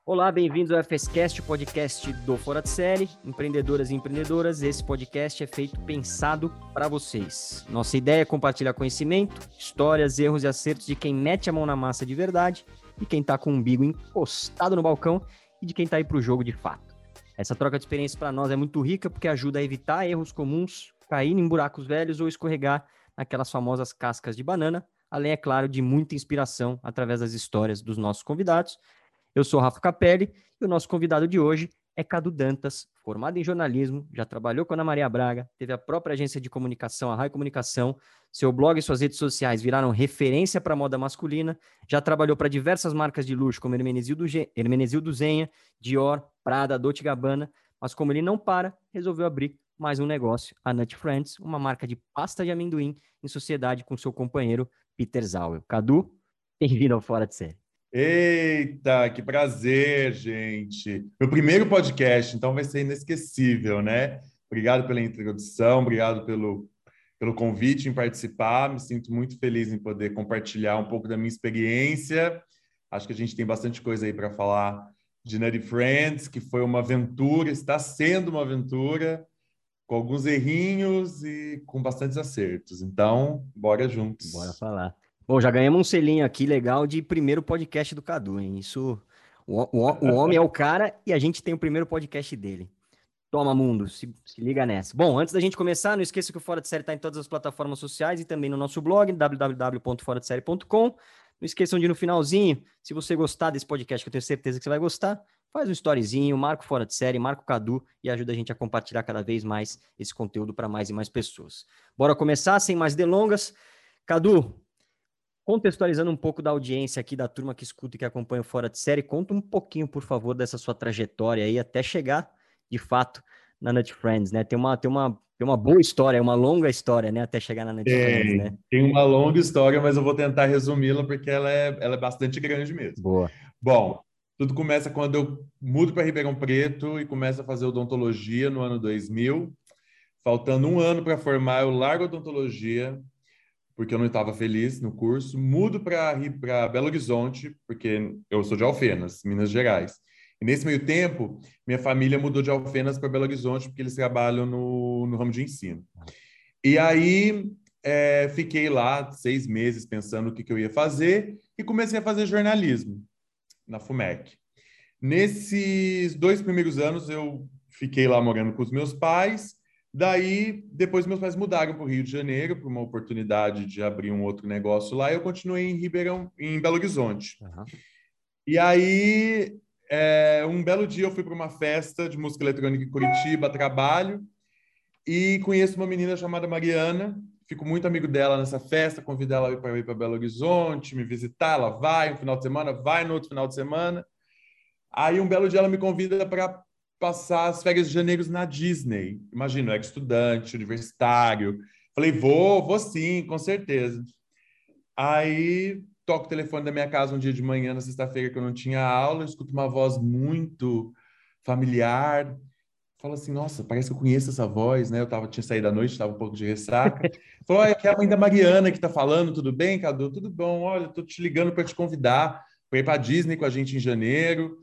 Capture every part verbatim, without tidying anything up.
Olá, bem-vindos ao F S Cast, o podcast do Fora de Série. Empreendedoras e empreendedoras, esse podcast é feito pensado para vocês. Nossa ideia é compartilhar conhecimento, histórias, erros e acertos de quem mete a mão na massa de verdade, de quem tá com o umbigo encostado no balcão e de quem tá aí pro jogo de fato. Essa troca de experiência para nós é muito rica porque ajuda a evitar erros comuns, cair em buracos velhos ou escorregar naquelas famosas cascas de banana, além, é claro, de muita inspiração através das histórias dos nossos convidados. Eu sou o Rafa Capelli e o nosso convidado de hoje é Cadu Dantas, formado em jornalismo, já trabalhou com a Ana Maria Braga, teve a própria agência de comunicação, a Rai Comunicação, seu blog e suas redes sociais viraram referência para a moda masculina, já trabalhou para diversas marcas de luxo como Hermenegildo, Hermenegildo Zegna, Dior, Prada, Dolce e Gabbana, mas como ele não para, resolveu abrir mais um negócio, a Nut Friends, uma marca de pasta de amendoim em sociedade com seu companheiro Peter Zawel. Cadu, bem-vindo ao Fora de Série. Eita, que prazer, gente. Meu primeiro podcast, então vai ser inesquecível, né? Obrigado pela introdução, obrigado pelo, pelo convite em participar. Me sinto muito feliz em poder compartilhar um pouco da minha experiência. Acho que a gente tem bastante coisa aí para falar de Nutty Friends, que foi uma aventura, está sendo uma aventura, com alguns errinhos e com bastantes acertos. Então, bora juntos. Bora falar. Bom, já ganhamos um selinho aqui legal de primeiro podcast do Cadu, hein? Isso, o, o, o homem é o cara e a gente tem o primeiro podcast dele. Toma, mundo, se, se liga nessa. Bom, antes da gente começar, não esqueça que o Fora de Série está em todas as plataformas sociais e também no nosso blog, w w w ponto fora de série ponto com. Não esqueçam de no finalzinho, se você gostar desse podcast, que eu tenho certeza que você vai gostar, faz um storyzinho, marca o Fora de Série, marca o Cadu e ajuda a gente a compartilhar cada vez mais esse conteúdo para mais e mais pessoas. Bora começar, sem mais delongas. Cadu, contextualizando um pouco da audiência aqui, da turma que escuta e que acompanha o Fora de Série, conta um pouquinho, por favor, dessa sua trajetória aí até chegar, de fato, na Nut Friends, né? Tem uma, tem uma, tem uma boa história, uma longa história, né? Até chegar na Nut Friends, né? Tem, tem uma longa história, mas eu vou tentar resumi-la porque ela é, ela é bastante grande mesmo. Boa. Bom, tudo começa quando eu mudo para Ribeirão Preto e começo a fazer odontologia no ano dois mil. Faltando um ano para formar, eu largo a odontologia, porque eu não estava feliz no curso. Mudo para Belo Horizonte, porque eu sou de Alfenas, Minas Gerais. E nesse meio tempo, minha família mudou de Alfenas para Belo Horizonte, porque eles trabalham no, no ramo de ensino. E aí, é, fiquei lá seis meses pensando o que, que eu ia fazer e comecei a fazer jornalismo na FUMEC. Nesses dois primeiros anos, eu fiquei lá morando com os meus pais. Daí, depois meus pais mudaram para o Rio de Janeiro por uma oportunidade de abrir um outro negócio lá. E eu continuei em Ribeirão, em Belo Horizonte. Uhum. E aí, é, um belo dia eu fui para uma festa de música eletrônica em Curitiba, trabalho, e conheço uma menina chamada Mariana. Fico muito amigo dela nessa festa, convido ela para ir para Belo Horizonte, me visitar. Ela vai um final de semana, vai no outro final de semana. Aí, um belo dia, ela me convida para passar as férias de janeiro na Disney. Imagina, eu era estudante, universitário. Falei, vou, vou sim, com certeza. Aí, toco o telefone da minha casa um dia de manhã, na sexta-feira, que eu não tinha aula, eu escuto uma voz muito familiar. Falo assim, nossa, parece que eu conheço essa voz, né? Eu tava, tinha saído à noite, estava um pouco de ressaca. Falou, olha, aqui é a mãe da Mariana que tá falando, tudo bem, Cadu? Tudo bom, olha, tô te ligando para te convidar para ir para Disney com a gente em janeiro.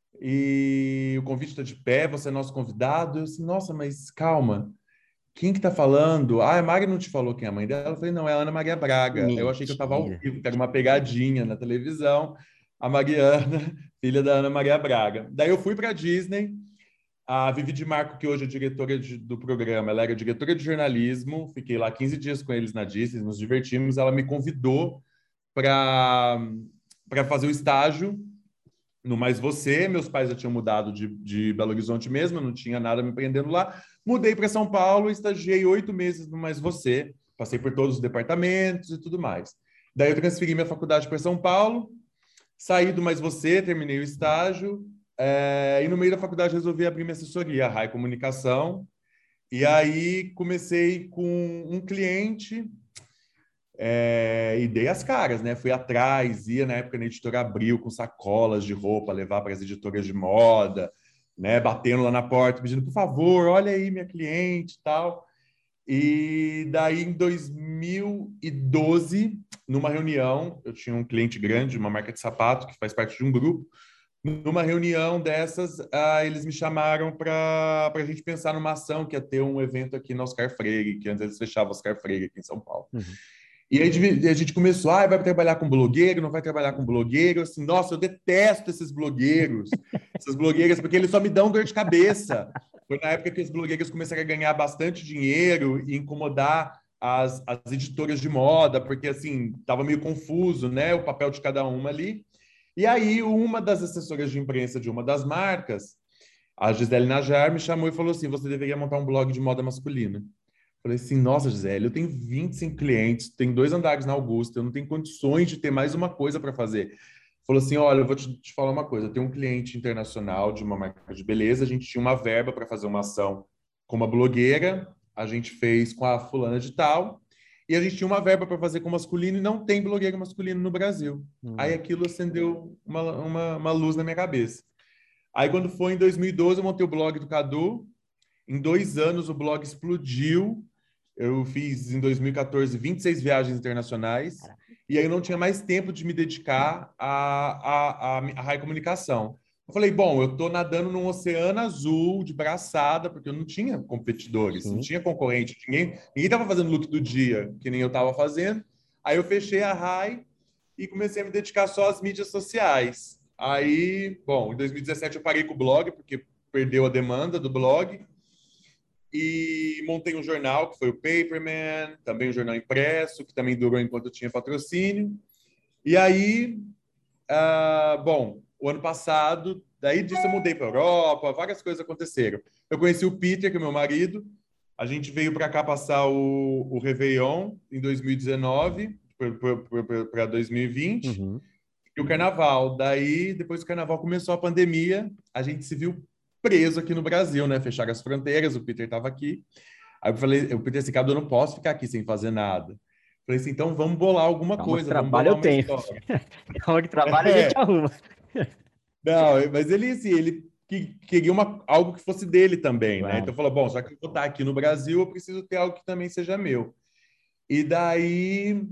E o convite está de pé, você é nosso convidado. Eu disse, nossa, mas calma, quem que tá falando? Ah, a Mari não te falou quem é a mãe dela? Eu falei, não, é a Ana Maria Braga. Eu achei que eu estava ao Mentira. vivo, que era uma pegadinha na televisão. A Mariana, filha da Ana Maria Braga. Daí eu fui para a Disney. A Vivi de Marco, que hoje é diretora de, do programa, ela era diretora de jornalismo. Fiquei lá quinze dias com eles na Disney, nos divertimos. Ela me convidou para para fazer o estágio no Mais Você. Meus pais já tinham mudado de, de Belo Horizonte mesmo, não tinha nada me prendendo lá. Mudei para São Paulo e estagiei oito meses no Mais Você. Passei por todos os departamentos e tudo mais. Daí eu transferi minha faculdade para São Paulo, saí do Mais Você, terminei o estágio, é, e no meio da faculdade resolvi abrir minha assessoria, a Rai Comunicação. E aí comecei com um cliente. É, e dei as caras, né? Fui atrás, ia na época na editora Abril com sacolas de roupa, levar para as editoras de moda, né? Batendo lá na porta, pedindo, por favor, olha aí minha cliente e tal. E daí, em dois mil e doze, numa reunião, eu tinha um cliente grande, uma marca de sapato, que faz parte de um grupo, numa reunião dessas, ah, eles me chamaram para a gente pensar numa ação que ia ter um evento aqui no Oscar Freire, que antes eles fechavam o Oscar Freire aqui em São Paulo. Uhum. E aí a gente começou, ah, vai trabalhar com blogueiro, não vai trabalhar com blogueiro, assim, nossa, eu detesto esses blogueiros, essas blogueiras, porque eles só me dão dor de cabeça. Foi na época que os blogueiros começaram a ganhar bastante dinheiro e incomodar as, as editoras de moda, porque, assim, estava meio confuso, né, o papel de cada uma ali. E aí, uma das assessoras de imprensa de uma das marcas, a Gisele Najar, me chamou e falou assim, você deveria montar um blog de moda masculina. Falei assim, nossa, Gisele, eu tenho vinte e cinco clientes, tenho dois andares na Augusta, eu não tenho condições de ter mais uma coisa para fazer. Falou assim, olha, eu vou te, te falar uma coisa, eu tenho um cliente internacional de uma marca de beleza, a gente tinha uma verba para fazer uma ação com uma blogueira, a gente fez com a fulana de tal, e a gente tinha uma verba para fazer com masculino e não tem blogueiro masculino no Brasil. Hum. Aí aquilo acendeu uma, uma, uma luz na minha cabeça. Aí quando foi em dois mil e doze, eu montei o blog do Cadu, em dois anos o blog explodiu. Eu fiz, em dois mil e quatorze, vinte e seis viagens internacionais. E aí eu não tinha mais tempo de me dedicar à, à, à, à Rai Comunicação. Eu falei, bom, eu estou nadando num oceano azul, de braçada, porque eu não tinha competidores, Sim. não tinha concorrente. Ninguém estava fazendo look do dia, que nem eu estava fazendo. Aí eu fechei a Rai e comecei a me dedicar só às mídias sociais. Aí, bom, em dois mil e dezessete eu parei com o blog, porque perdeu a demanda do blog. E montei um jornal, que foi o Paperman, também um jornal impresso, que também durou enquanto eu tinha patrocínio. E aí, uh, bom, o ano passado, daí disso eu mudei para a Europa, várias coisas aconteceram. Eu conheci o Peter, que é meu marido, a gente veio para cá passar o, o Réveillon em dois mil e dezenove para dois mil e vinte, uhum. e o Carnaval. Daí, depois do Carnaval, começou a pandemia, a gente se viu preso aqui no Brasil, né? Fecharam as fronteiras, o Peter estava aqui. Aí eu falei, o Peter disse, Cadu, eu não posso ficar aqui sem fazer nada. Falei assim, então vamos bolar alguma Calma coisa, que vamos bolar eu uma tenho. história. Calma que trabalho é. a gente arruma. Não, mas ele, assim, ele queria uma, algo que fosse dele também, claro. né? Então falou, bom, já que eu vou estar aqui no Brasil, eu preciso ter algo que também seja meu. E daí,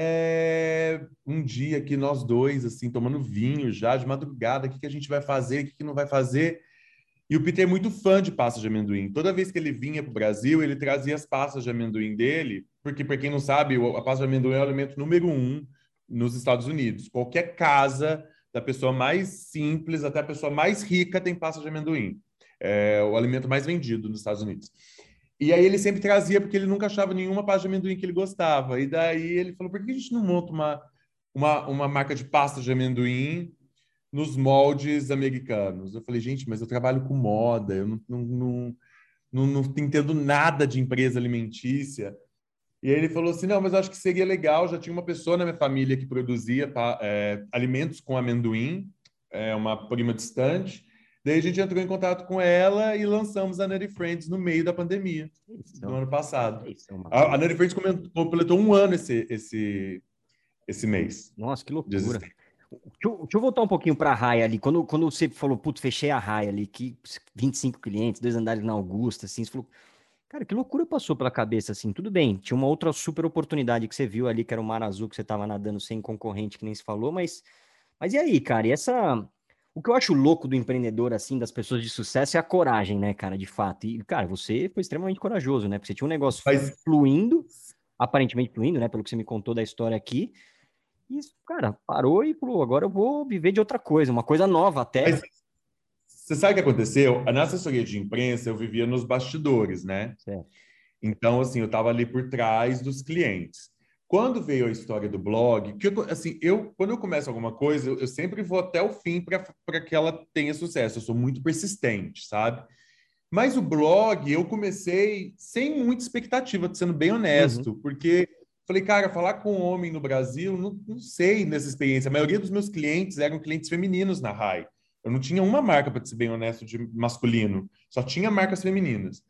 é, um dia que nós dois, assim, tomando vinho já, de madrugada, o que, que a gente vai fazer, o que, que não vai fazer? E o Peter é muito fã de pasta de amendoim. Toda vez que ele vinha para o Brasil, ele trazia as pastas de amendoim dele, porque, para quem não sabe, a pasta de amendoim é o alimento número um nos Estados Unidos. Qualquer casa, da pessoa mais simples até a pessoa mais rica, tem pasta de amendoim. É o alimento mais vendido nos Estados Unidos. E aí ele sempre trazia, porque ele nunca achava nenhuma pasta de amendoim que ele gostava. E daí ele falou, por que a gente não monta uma, uma, uma marca de pasta de amendoim nos moldes americanos? Eu falei, gente, mas eu trabalho com moda, eu não, não, não, não, não entendo nada de empresa alimentícia. E aí ele falou assim, não, mas eu acho que seria legal, já tinha uma pessoa na minha família que produzia é, alimentos com amendoim, é, uma prima distante. Daí a gente entrou em contato com ela e lançamos a Nutty Friends no meio da pandemia, isso, do ano passado. Isso, a, a Nutty Friends completou um ano esse, esse, esse mês. Nossa, que loucura. Deixa eu, deixa eu voltar um pouquinho para a Rai ali. Quando, quando você falou, putz, fechei a Rai ali, que vinte e cinco clientes, dois andares na Augusta, assim, você falou, cara, que loucura passou pela cabeça, assim, tudo bem, tinha uma outra super oportunidade que você viu ali, que era o Mar Azul, que você tava nadando sem concorrente, que nem se falou, mas, mas e aí, cara, e essa... O que eu acho louco do empreendedor, assim, das pessoas de sucesso é a coragem, né, cara, de fato. E, cara, você foi extremamente corajoso, né, porque você tinha um negócio mas... fluindo, aparentemente fluindo, né, pelo que você me contou da história aqui, e, cara, parou e falou, agora eu vou viver de outra coisa, uma coisa nova até. Mas, você sabe o que aconteceu? Na assessoria de imprensa, eu vivia nos bastidores, né? Certo. Então, assim, eu estava ali por trás dos clientes. Quando veio a história do blog, que eu, assim, eu, quando eu começo alguma coisa, eu, eu sempre vou até o fim para que ela tenha sucesso. Eu sou muito persistente, sabe? Mas o blog, eu comecei sem muita expectativa, sendo bem honesto, uhum. porque falei, cara, falar com um homem no Brasil, não, não sei nessa experiência. A maioria dos meus clientes eram clientes femininos na Rai. Eu não tinha uma marca, para ser bem honesto, de masculino. Só tinha marcas femininas.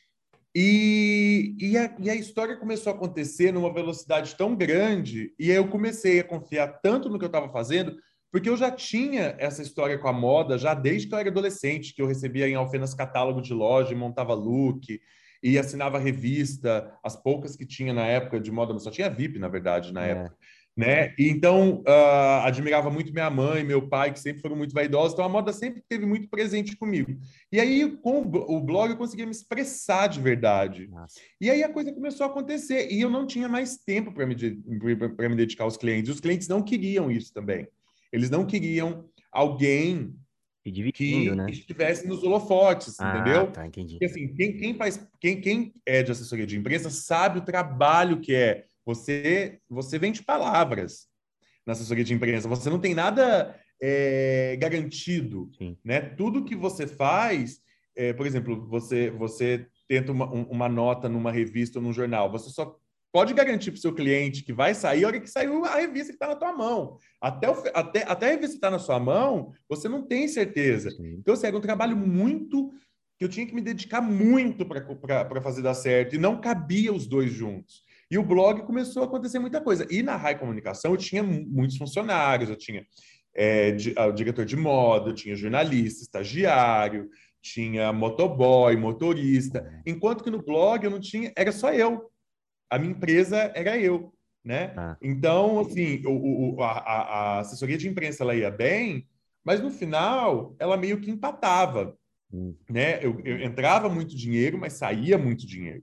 E, e, a, e a história começou a acontecer numa velocidade tão grande, e aí eu comecei a confiar tanto no que eu estava fazendo, porque eu já tinha essa história com a moda já desde que eu era adolescente, que eu recebia em Alfenas catálogo de loja, e montava look, e assinava revista, as poucas que tinha na época de moda, mas só tinha V I P, na verdade, na é. época. né? E então, uh, admirava muito minha mãe, meu pai, que sempre foram muito vaidosos, então a moda sempre esteve muito presente comigo. E aí, com o blog, eu conseguia me expressar de verdade. Nossa. E aí a coisa começou a acontecer, e eu não tinha mais tempo para me, para me dedicar aos clientes. Os clientes não queriam isso também. Eles não queriam alguém E dividindo, que né? estivesse nos holofotes, Ah, entendeu? tá, entendi. Porque, assim, quem, quem faz, quem, quem é de assessoria de imprensa sabe o trabalho que é. Você, você vende palavras na assessoria de imprensa. Você não tem nada é, garantido, Sim. né? Tudo que você faz, é, por exemplo, você, você tenta uma, uma nota numa revista ou num jornal, você só pode garantir para o seu cliente que vai sair a hora que saiu a revista que está na tua mão. Até, o, até, até a revista que está na sua mão, você não tem certeza. Sim. Então, assim, era um trabalho muito que eu tinha que me dedicar muito para fazer dar certo, e não cabia os dois juntos. E o blog começou a acontecer muita coisa. E na Rai Comunicação eu tinha muitos funcionários, eu tinha é, de, o diretor de moda, eu tinha jornalista, estagiário, tinha motoboy, motorista. Enquanto que no blog eu não tinha, era só eu. A minha empresa era eu, né? Ah. Então, assim, o, o, a, a assessoria de imprensa ela ia bem, mas no final ela meio que empatava, Hum. né? Eu, eu entrava muito dinheiro, mas saía muito dinheiro.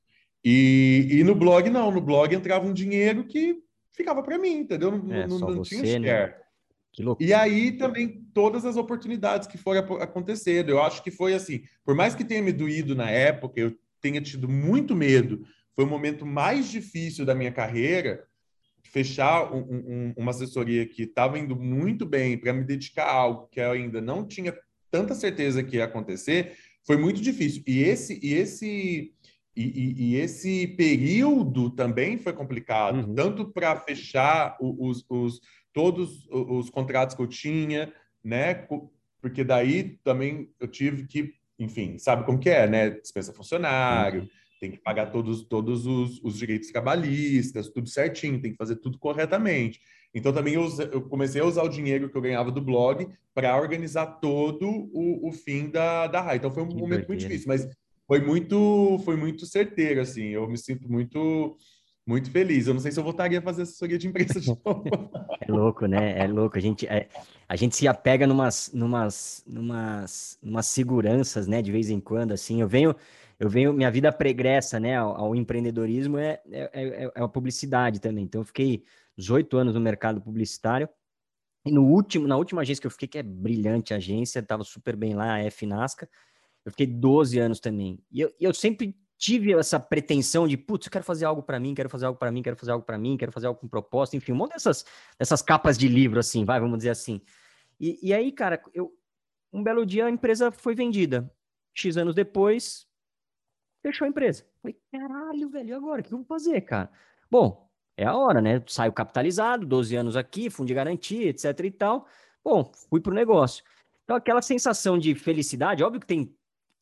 E, e no blog, não. No blog entrava um dinheiro que ficava para mim, entendeu? Não, É, não, só não tinha você, né? share. Que louco. E aí também todas as oportunidades que foram acontecendo. Eu acho que foi assim, por mais que tenha me doído na época, eu tenha tido muito medo, foi o momento mais difícil da minha carreira, fechar um, um, uma assessoria que estava indo muito bem para me dedicar a algo que eu ainda não tinha tanta certeza que ia acontecer, foi muito difícil. E esse, e esse, e, e, e esse período também foi complicado, Uhum. tanto para fechar os, os, todos os contratos que eu tinha, né? Porque daí também eu tive que, enfim, sabe como que é, né? Dispensa funcionário, Sim. tem que pagar todos, todos os, os direitos trabalhistas, tudo certinho, tem que fazer tudo corretamente. Então, também eu, eu comecei a usar o dinheiro que eu ganhava do blog para organizar todo o, o fim da, da Rai. Então, foi um Que momento muito doideira. difícil, mas foi muito, foi muito certeiro, assim. Eu me sinto muito, muito feliz. Eu não sei se eu voltaria a fazer assessoria de imprensa de novo. É louco, né? É louco. A gente, é, a gente se apega numas, numas, numas, numas seguranças, né? De vez em quando, assim. Eu venho, eu venho, minha vida pregressa, né? Ao, ao empreendedorismo é, é, é, é a publicidade também. Então, eu fiquei dezoito anos no mercado publicitário. E no último, na última agência que eu fiquei, que é brilhante agência, estava super bem lá, a F Nasca, eu fiquei doze anos também. E eu, e eu sempre tive essa pretensão de, putz, eu quero fazer algo para mim, quero fazer algo para mim, quero fazer algo para mim, quero fazer algo com propósito, enfim, um monte dessas, dessas capas de livro, assim, vai, vamos dizer assim. E, e aí, cara, eu, um belo dia a empresa foi vendida. X anos depois, fechou a empresa. Falei, caralho, velho, e agora? O que eu vou fazer, cara? Bom, é a hora, né? Saio capitalizado, doze anos aqui, fundo de garantia, etc e tal. Bom, fui pro negócio. Então, aquela sensação de felicidade, óbvio que tem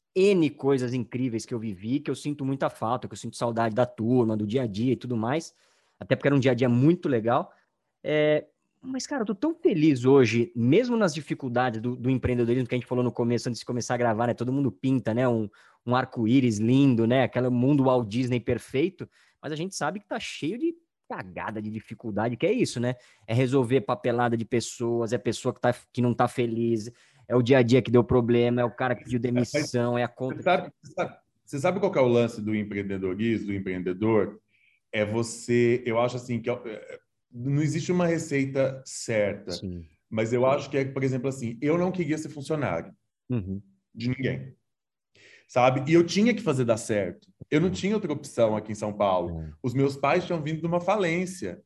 N coisas incríveis que eu vivi, que eu sinto muita falta, que eu sinto saudade da turma, do dia a dia e tudo mais, até porque era um dia a dia muito legal. É, mas, cara, eu tô tão feliz hoje, mesmo nas dificuldades do, do empreendedorismo que a gente falou no começo, antes de começar a gravar, né? Todo mundo pinta, né? Um, um arco-íris lindo, né? Aquele mundo Walt Disney perfeito, mas a gente sabe que tá cheio de cagada de dificuldade, que é isso, né? É resolver papelada de pessoas, é pessoa que, tá, que não tá feliz, é o dia a dia que deu problema, é o cara que pediu Mas demissão, é a você conta que... sabe, você sabe, você sabe qual que é o lance do empreendedorismo, do empreendedor? É você, eu acho assim, que é- não existe uma receita certa, Sim. mas eu acho que é, por exemplo, assim, eu não queria ser funcionário Uhum. de ninguém, sabe? E eu tinha que fazer dar certo. Eu não Sim. tinha outra opção aqui em São Paulo. É. Os meus pais tinham vindo de uma falência.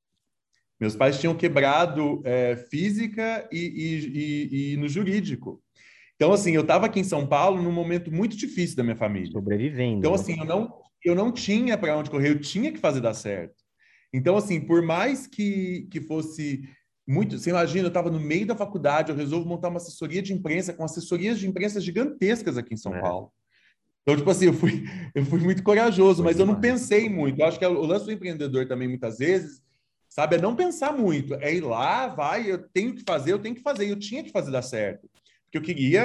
Meus pais tinham quebrado é, física e, e, e, e no jurídico. Então, assim, eu estava aqui em São Paulo num momento muito difícil da minha família. Sobrevivendo, Então, né? assim, eu não, eu não tinha para onde correr, eu tinha que fazer dar certo. Então, assim, por mais que, que fosse muito. Você imagina, eu estava no meio da faculdade, eu resolvo montar uma assessoria de imprensa, com assessorias de imprensa gigantescas aqui em São É, Paulo. Então, tipo assim, eu fui, eu fui muito corajoso, foi mas eu não demais. pensei muito. Eu acho que o lance do empreendedor também, muitas vezes, sabe, é não pensar muito. É ir lá, vai, eu tenho que fazer, eu tenho que fazer. E eu tinha que fazer dar certo. Porque eu queria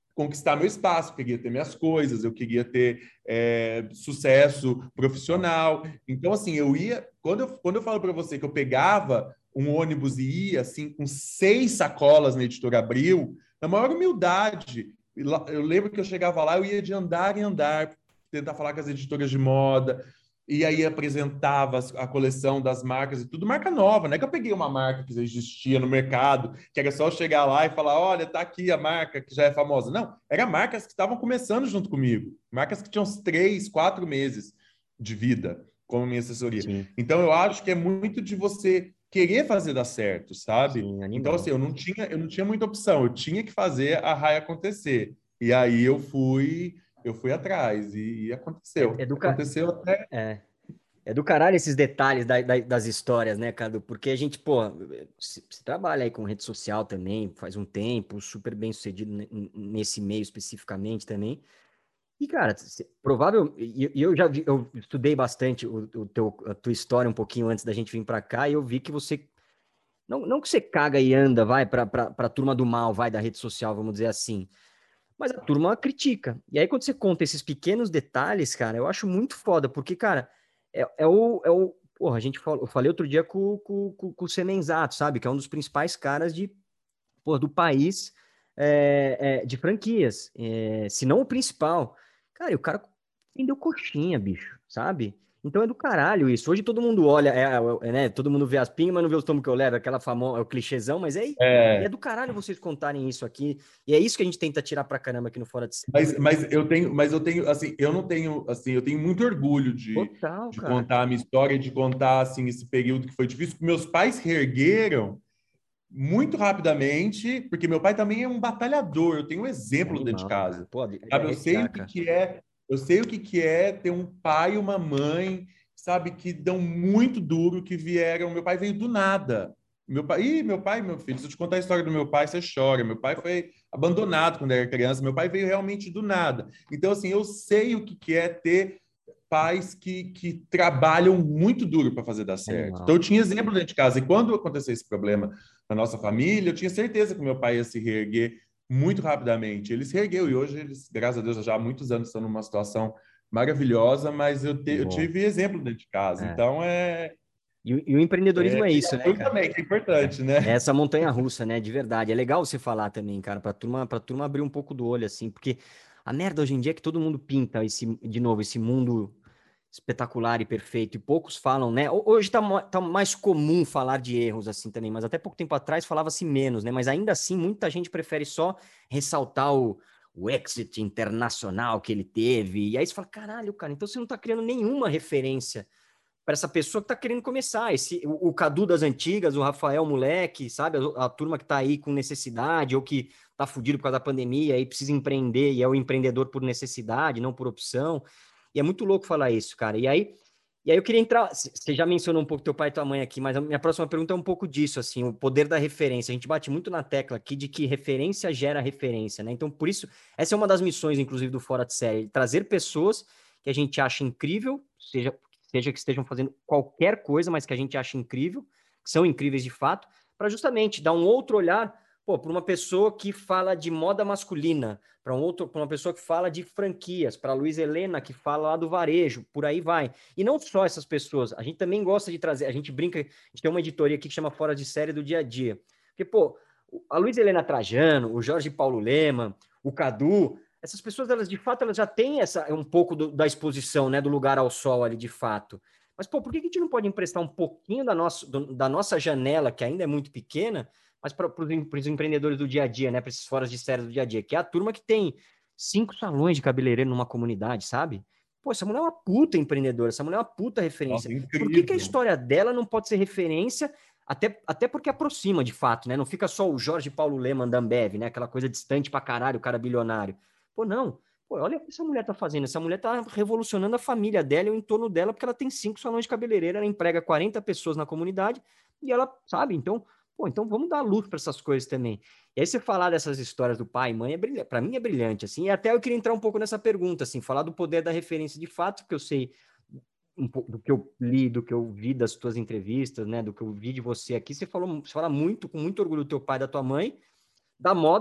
conquistar meu espaço, eu queria ter minhas coisas, eu queria ter é, sucesso profissional. Então, assim, eu ia... Quando eu, quando eu falo para você que eu pegava um ônibus e ia, assim, com seis sacolas na Editora Abril, na maior humildade. Eu lembro que eu chegava lá, eu ia de andar em andar, tentar falar com as editoras de moda, e aí apresentava a coleção das marcas e tudo, marca nova, não é que eu peguei uma marca que já existia no mercado, que era só eu chegar lá e falar, olha, tá aqui a marca que já é famosa. Não, eram marcas que estavam começando junto comigo, marcas que tinham uns três, quatro meses de vida como minha assessoria. Sim. Então, eu acho que é muito de você querer fazer dar certo, sabe? Sim, Então, animal. assim, eu não tinha, eu não tinha muita opção, eu tinha que fazer a raia acontecer. E aí eu fui, eu fui atrás e, e aconteceu. É, é do, ca- Aconteceu até. é, é do caralho esses detalhes da- da- das histórias, né, Cadu? Porque a gente, pô, você trabalha aí com rede social também, faz um tempo, super bem sucedido ne- n- nesse meio especificamente também. E, cara, cê- provável, e e eu já vi, eu estudei bastante o, o teu, a tua história um pouquinho antes da gente vir pra cá, e eu vi que você, não, não que você caga e anda, vai, pra, pra, pra turma do mal, vai, da rede social, vamos dizer assim, mas a turma critica. E aí, quando você conta esses pequenos detalhes, cara, eu acho muito foda, porque, cara, é, é o, é o. Porra, a gente falou, eu falei outro dia com, com, com, com o Semenzato, sabe? Que é um dos principais caras de, porra, do país é, é, de franquias, é, se não o principal. Cara, e o cara vendeu coxinha, bicho, sabe? Então é do caralho isso. Hoje todo mundo olha, é, é, é, né? Todo mundo vê as pingas, mas não vê os tomos que eu levo, aquela famosa, é o clichêzão, mas é, e é É, do caralho vocês contarem isso aqui. E é isso que a gente tenta tirar pra caramba aqui no Fora de Série. mas, mas eu tenho, mas eu tenho, assim, eu não tenho, assim, eu tenho muito orgulho de, Total, de cara. contar a minha história, de contar, assim, esse período que foi difícil. Meus pais reergueram muito rapidamente, porque meu pai também é um batalhador. Eu tenho um exemplo dentro de Animal, cara. casa. Pô, de Sabe, eu sei arrepiar, o que cara. que é, eu sei o que que é ter um pai e uma mãe, sabe, que dão muito duro, que vieram. Meu pai veio do nada. Meu pai, Ih, meu pai, meu filho, se eu te contar a história do meu pai, você chora. Meu pai foi abandonado quando era criança. Meu pai veio realmente do nada. Então, assim, eu sei o que que é ter pais que, que trabalham muito duro para fazer dar certo. Então, Animal. eu tinha exemplo dentro de casa. E quando aconteceu esse problema na nossa família, eu tinha certeza que meu pai ia se reerguer muito rapidamente. Ele se ergueu e hoje eles, graças a Deus, já há muitos anos estão numa situação maravilhosa, mas eu, te, Que eu bom. tive exemplo dentro de casa. É. Então é, E, o- e o empreendedorismo é é e isso, né, apoio cara? também, que é É. importante, É né? essa montanha-russa, né? De verdade. É legal você falar também, cara, pra turma, pra turma abrir um pouco do olho, assim, porque a merda hoje em dia é que todo mundo pinta esse, de novo, esse mundo espetacular e perfeito, e poucos falam, né? Ho- Hoje tá, mo- tá mais comum falar de erros assim também, mas até pouco tempo atrás falava-se menos, né? Mas ainda assim, muita gente prefere só ressaltar o, o exit internacional que ele teve. E aí você fala, caralho, cara, então você não tá criando nenhuma referência para essa pessoa que está querendo começar. Esse, o, o Cadu das antigas, o Rafael moleque, sabe? A, a turma que está aí com necessidade ou que está fudido por causa da pandemia e precisa empreender e é o empreendedor por necessidade, não por opção. E é muito louco falar isso, cara. E aí, e aí eu queria entrar. Você já mencionou um pouco teu pai e tua mãe aqui, mas a minha próxima pergunta é um pouco disso, assim, o poder da referência. A gente bate muito na tecla aqui de que referência gera referência, né? Então, por isso, essa é uma das missões, inclusive, do Fora de Série, trazer pessoas que a gente acha incrível, seja seja que estejam fazendo qualquer coisa, mas que a gente acha incrível, que são incríveis de fato, para justamente dar um outro olhar, pô, para uma pessoa que fala de moda masculina, para um outro, para uma pessoa que fala de franquias, para a Luísa Helena que fala lá do varejo, por aí vai. E não só essas pessoas, a gente também gosta de trazer, a gente brinca, a gente tem uma editoria aqui que chama Fora de Série do Dia a Dia. Porque, pô, a Luísa Helena Trajano, o Jorge Paulo Lema, o Cadu, essas pessoas, elas de fato, elas já têm essa, um pouco do, da exposição, né, do lugar ao sol ali, de fato. Mas, pô, por que a gente não pode emprestar um pouquinho da nossa, do, da nossa janela, que ainda é muito pequena, mas para os empreendedores do dia a dia, né, para esses foras de série do dia a dia, que é a turma que tem cinco salões de cabeleireiro numa comunidade, sabe? Pô, essa mulher é uma puta empreendedora, essa mulher é uma puta referência. Nossa, Por que, que a incrível. história dela não pode ser referência até, até porque aproxima, de fato, né? Não fica só o Jorge Paulo Leman da Ambev, né? Aquela coisa distante pra caralho, o cara bilionário. Pô, não. Pô, olha o que essa mulher tá fazendo. Essa mulher tá revolucionando a família dela e o entorno dela, porque ela tem cinco salões de cabeleireira, ela emprega quarenta pessoas na comunidade e ela, sabe? Então, pô, então vamos dar luz para essas coisas também. E aí você falar dessas histórias do pai e mãe, é brilhante, para mim é brilhante, assim. E até eu queria entrar um pouco nessa pergunta, assim, falar do poder da referência de fato, porque eu sei um pouco do que eu li, do que eu vi das tuas entrevistas, né, do que eu vi de você aqui. Você falou, você fala muito, com muito orgulho do teu pai e da tua mãe, da moda,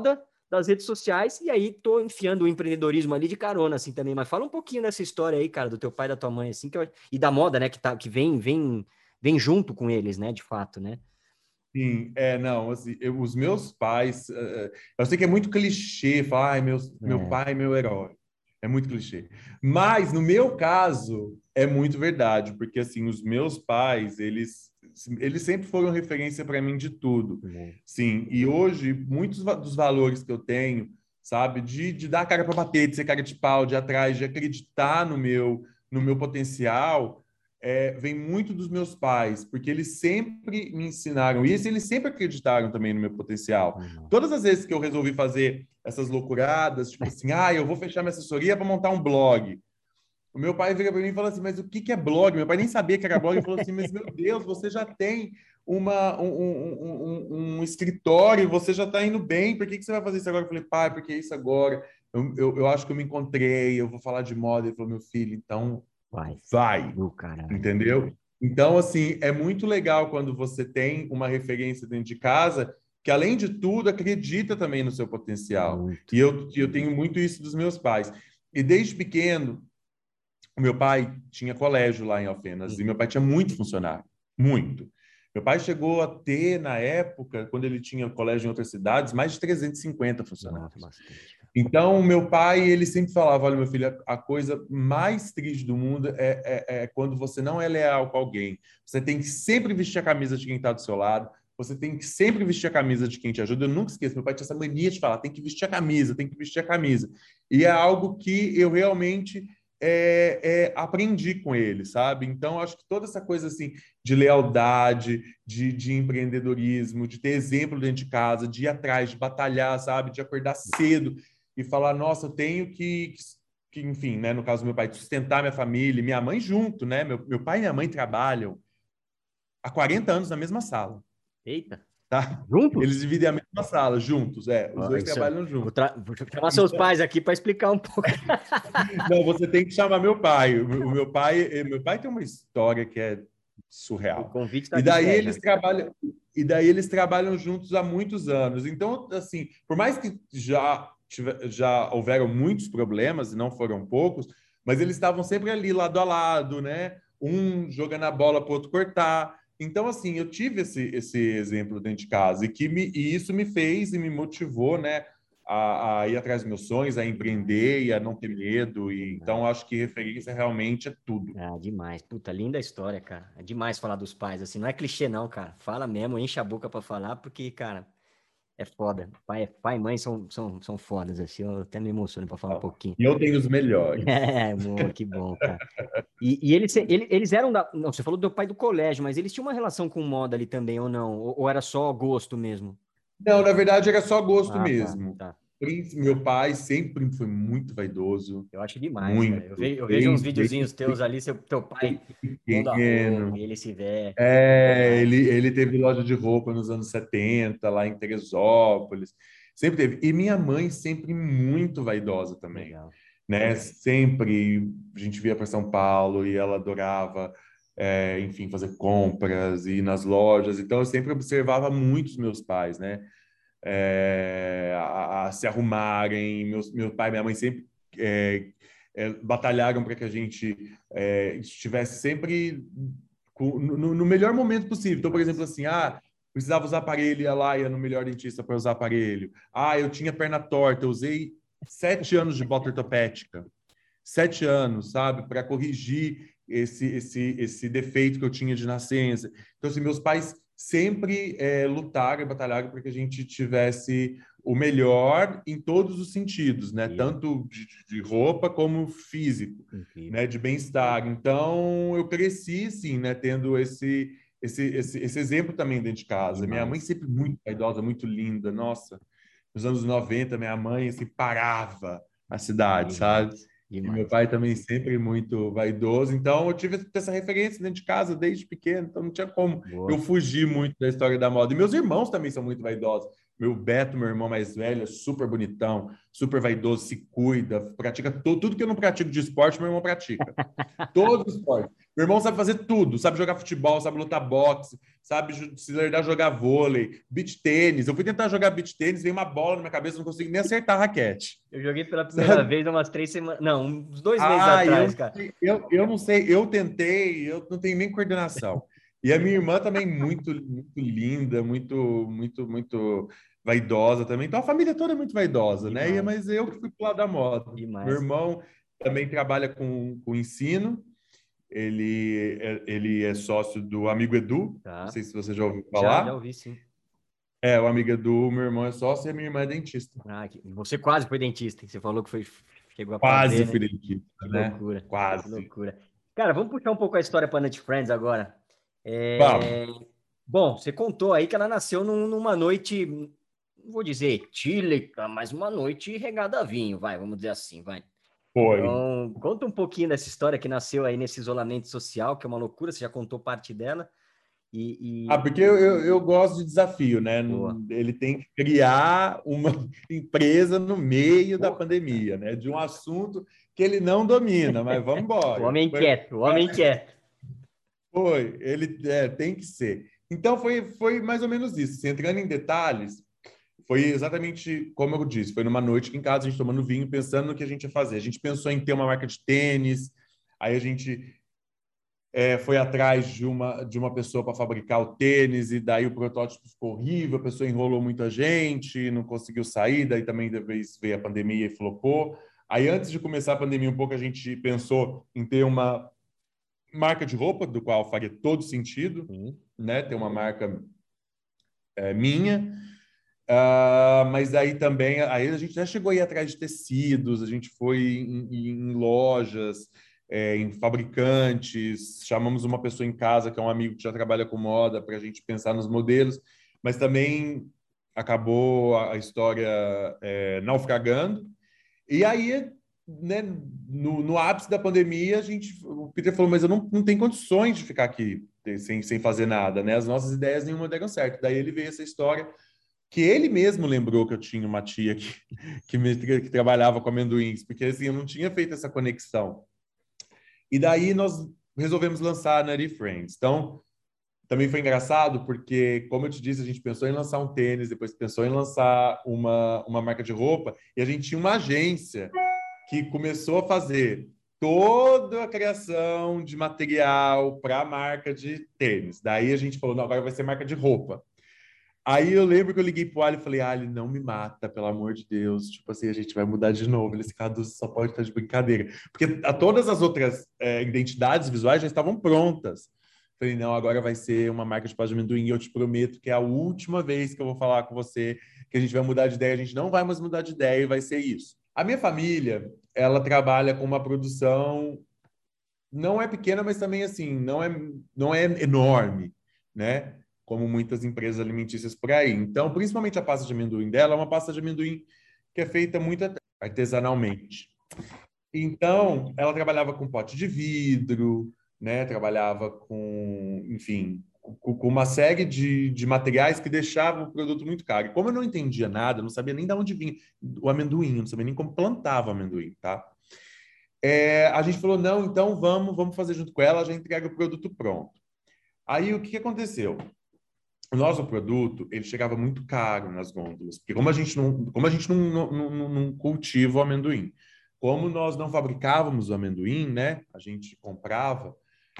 das redes sociais, e aí tô enfiando o empreendedorismo ali de carona, assim, também. Mas fala um pouquinho dessa história aí, cara, do teu pai e da tua mãe, assim, que eu... e da moda, né, que, tá, que vem, vem, vem junto com eles, né, de fato, né? Sim, é, não, assim, eu- os meus pais, eh, eu sei que é muito clichê falar, ai, meus, meu É, pai é meu herói. É muito clichê. Mas, no meu caso, é muito verdade, porque, assim, os meus pais, eles, eles sempre foram referência para mim de tudo. bom. Sim, e hoje, muitos va- dos valores que eu tenho, sabe, de, de dar a cara para bater, de ser cara de pau, de ir atrás, de acreditar no meu, no meu potencial, é, vem muito dos meus pais, porque eles sempre me ensinaram isso, e eles sempre acreditaram também no meu potencial. Uhum. Todas as vezes que eu resolvi fazer essas loucuradas, tipo assim, ah, eu vou fechar minha assessoria para montar um blog. O meu pai vira para mim e fala assim, mas o que que é blog? Meu pai nem sabia que era blog, ele falou assim, mas meu Deus, você já tem uma, um, um, um, um um escritório, você já está indo bem, por que que você vai fazer isso agora? Eu falei, pai, porque é isso agora? Eu, eu, eu acho que eu me encontrei, eu vou falar de moda. Ele falou, meu filho, então Vai. vai, Do caralho. entendeu? Então, assim, é muito legal quando você tem uma referência dentro de casa que, além de tudo, acredita também no seu potencial. Muito. E eu, eu tenho muito isso dos meus pais. E desde pequeno, o meu pai tinha colégio lá em Alfenas e meu pai tinha muito funcionário, muito. Meu pai chegou a ter, na época, quando ele tinha colégio em outras cidades, mais de trezentos e cinquenta Nossa, funcionários. bastante, cara. Então, meu pai, ele sempre falava, olha, meu filho, a coisa mais triste do mundo é, é, é quando você não é leal com alguém. Você tem que sempre vestir a camisa de quem está do seu lado, você tem que sempre vestir a camisa de quem te ajuda. Eu nunca esqueço, meu pai tinha essa mania de falar, tem que vestir a camisa, tem que vestir a camisa. E é algo que eu realmente é, é, aprendi com ele, sabe? Então, acho que toda essa coisa assim de lealdade, de, de empreendedorismo, de ter exemplo dentro de casa, de ir atrás, de batalhar, sabe? De acordar cedo e falar, nossa, eu tenho que, que, enfim, né, no caso do meu pai, sustentar minha família, minha mãe junto, né? Meu, meu pai e minha mãe trabalham há quarenta anos na mesma sala, Eita. tá? Eles Juntos? dividem a mesma sala, juntos, é, os Ó, dois isso, trabalham vou, juntos. tra... vou chamar seus Então, pais aqui para explicar um pouco. não, você tem que chamar meu pai. O meu pai, meu pai tem uma história que é O surreal. convite está E de daí pé eles já. trabalham, e daí eles trabalham juntos há muitos anos. Então, assim, por mais que já tiver, já houveram muitos problemas e não foram poucos, mas eles estavam sempre ali lado a lado, né? Um jogando a bola para o outro cortar. Então, assim, eu tive esse, esse exemplo dentro de casa e que me, e isso me fez e me motivou, né? A, a ir atrás dos meus sonhos, a empreender e a não ter medo. E, Demais. então, acho que referência realmente é tudo. Ah, demais. Puta, linda a história, cara. É demais falar dos pais, assim. Não é clichê, não, cara. Fala mesmo, enche a boca pra falar, porque, cara, é foda. Pai, pai e mãe são, são, são fodas, assim. Eu até me emociono pra falar um pouquinho. E eu tenho os melhores. É, boa, que bom, cara. E, e eles, ele- eles eram da. Não, você falou do pai do colégio, mas eles tinham uma relação com moda ali também, ou não? Ou, ou era só gosto mesmo? Não, na verdade era só gosto Ah, tá, mesmo. tá. Príncipe, meu pai sempre foi muito vaidoso, Eu acho demais, cara. Eu muito, vejo, eu vejo uns desde, videozinhos teus desde ali, seu, teu pai pondo a roupa, pequeno. e ele se veste. É, Demais. ele, ele teve loja de roupa nos anos setenta lá em Teresópolis. Sempre teve. E minha mãe sempre muito vaidosa também, Legal. né? Sempre a gente via para São Paulo e ela adorava, é, enfim, fazer compras e ir nas lojas. Então eu sempre observava muito os meus pais, né? É, a, a se arrumarem. Meus, meu pai e minha mãe sempre é, é, batalharam para que a gente é, estivesse sempre com- no, no melhor momento possível. Então, por exemplo, Demais. assim, ah, precisava usar aparelho, ia lá, ia no melhor dentista para usar aparelho. Ah, eu tinha perna torta, eu usei sete anos de bota ortopédica. Sete anos, sabe? Para corrigir esse, esse, esse defeito que eu tinha de nascença. Então, assim, meus pais sempre é, lutaram e batalharam para que a gente tivesse o melhor em todos os sentidos, né? Incrível, Tanto de, de roupa como físico, incrível. né? De bem-estar. Então, eu cresci, sim, né? Tendo esse, esse, esse, esse exemplo também dentro de casa. Minha mãe Demais. sempre muito vaidosa, muito linda. Nossa, nos anos noventa, minha mãe, assim, parava a cidade, sabe? Demais. E meu Demais. pai também sempre muito vaidoso, então eu tive essa referência dentro de casa desde pequeno, então não tinha como eu Boa. fugir muito da história da moda. E meus irmãos também são muito vaidosos. Meu Beto, meu irmão mais velho, é super bonitão, super vaidoso, se cuida, pratica to- tudo que eu não pratico de esporte, meu irmão pratica. Todos os esportes. Meu irmão sabe fazer tudo, sabe jogar futebol, sabe lutar boxe, sabe se lerdar jogar vôlei, beach tênis. Eu fui tentar jogar beach tênis, veio uma bola na minha cabeça, não consigo nem acertar a raquete. Eu joguei pela primeira Sabe? vez umas três semanas, não, uns dois meses Ah, atrás, eu, cara. eu, eu não sei, eu tentei, eu não tenho nem coordenação. E a minha irmã também muito, muito linda, muito, muito, muito vaidosa também. Então a família toda é muito vaidosa, né? E, Demais, mas eu que fui pro lado da moda. Meu demais. irmão também trabalha com, com ensino. Ele é, ele é sócio do Amigo Edu. Não Tá. sei se você já ouviu Já, já falar. ouvi, sim. É, o Amigo Edu, meu irmão é sócio e a minha irmã é dentista. Ah, que- você quase foi dentista, hein? Você falou que foi, chegou a Quase fazer, fui né? dentista, Que né? loucura, que Quase. loucura. Cara, vamos puxar um pouco a história para Nut Friends agora. Vamos. É... Bom, você contou aí que ela nasceu num- numa noite, não vou dizer etílica, mas uma noite regada a vinho, vai, vamos dizer assim, vai. Foi. Então, conta um pouquinho dessa história que nasceu aí nesse isolamento social, que é uma loucura, você já contou parte dela. Ah, E, porque eu, eu, eu gosto de desafio, né? Boa. Ele tem que criar uma empresa no meio da Porra, cara. pandemia, né? De um assunto que ele não domina, mas vamos O embora. homem Foi, inquieto, o homem inquieto. foi, ele é, tem que ser. Então foi, foi mais ou menos isso. Assim, entrando em detalhes, foi exatamente como eu disse, foi numa noite aqui em casa, a gente tomando vinho, pensando no que a gente ia fazer. A gente pensou em ter uma marca de tênis, aí a gente é, foi atrás de uma, de uma pessoa para fabricar o tênis, e daí o protótipo ficou horrível, a pessoa enrolou muita gente, não conseguiu sair, daí também depois veio a pandemia e flopou. Aí, antes de começar a pandemia, um pouco a gente pensou em ter uma marca de roupa, do qual faria todo sentido, Sim. né? Ter uma marca é, minha. Uh, mas aí também, aí a gente já chegou a ir atrás de tecidos, a gente foi em, em lojas, é, em fabricantes, chamamos uma pessoa em casa, que é um amigo que já trabalha com moda, para a gente pensar nos modelos, mas também acabou a, a história é, naufragando. E aí, né, no, no ápice da pandemia, a gente, o Peter falou, mas eu não, não tenho condições de ficar aqui sem, sem fazer nada, né? As nossas ideias nenhuma deram certo. Daí ele veio essa história que ele mesmo lembrou que eu tinha uma tia que, que, me, que trabalhava com amendoins, porque assim, eu não tinha feito essa conexão. E daí nós resolvemos lançar a Nutty Friends. Então, também foi engraçado, porque, como eu te disse, a gente pensou em lançar um tênis, depois pensou em lançar uma, uma marca de roupa, e a gente tinha uma agência que começou a fazer toda a criação de material para a marca de tênis. Daí a gente falou, não, agora vai ser marca de roupa. Aí eu lembro que eu liguei pro Ali e falei, Ali, não me mata, pelo amor de Deus. Tipo assim, a gente vai mudar de novo. Ele disse, Cadu, só pode estar de brincadeira. Porque a, todas as outras é, identidades visuais já estavam prontas. Falei, não, agora vai ser uma marca de pasta de amendoim. E eu te prometo que é a última vez que eu vou falar com você que a gente vai mudar de ideia. A gente não vai mais mudar de ideia e vai ser isso. A minha família, ela trabalha com uma produção, não é pequena, mas também assim, não é, não é enorme, né? Como muitas empresas alimentícias por aí. Então, principalmente a pasta de amendoim dela é uma pasta de amendoim que é feita muito artesanalmente. Então, ela trabalhava com pote de vidro, né? Trabalhava com, enfim, com, com uma série de, de materiais que deixavam o produto muito caro. E como eu não entendia nada, eu não sabia nem de onde vinha o amendoim, eu não sabia nem como plantava o amendoim, tá? É, a gente falou, não, então vamos, vamos fazer junto com ela, já entrega o produto pronto. Aí, o que aconteceu? O nosso produto, ele chegava muito caro nas gôndolas, porque como a gente não, como a gente não, não, não, não cultiva o amendoim, como nós não fabricávamos o amendoim, né? A gente comprava,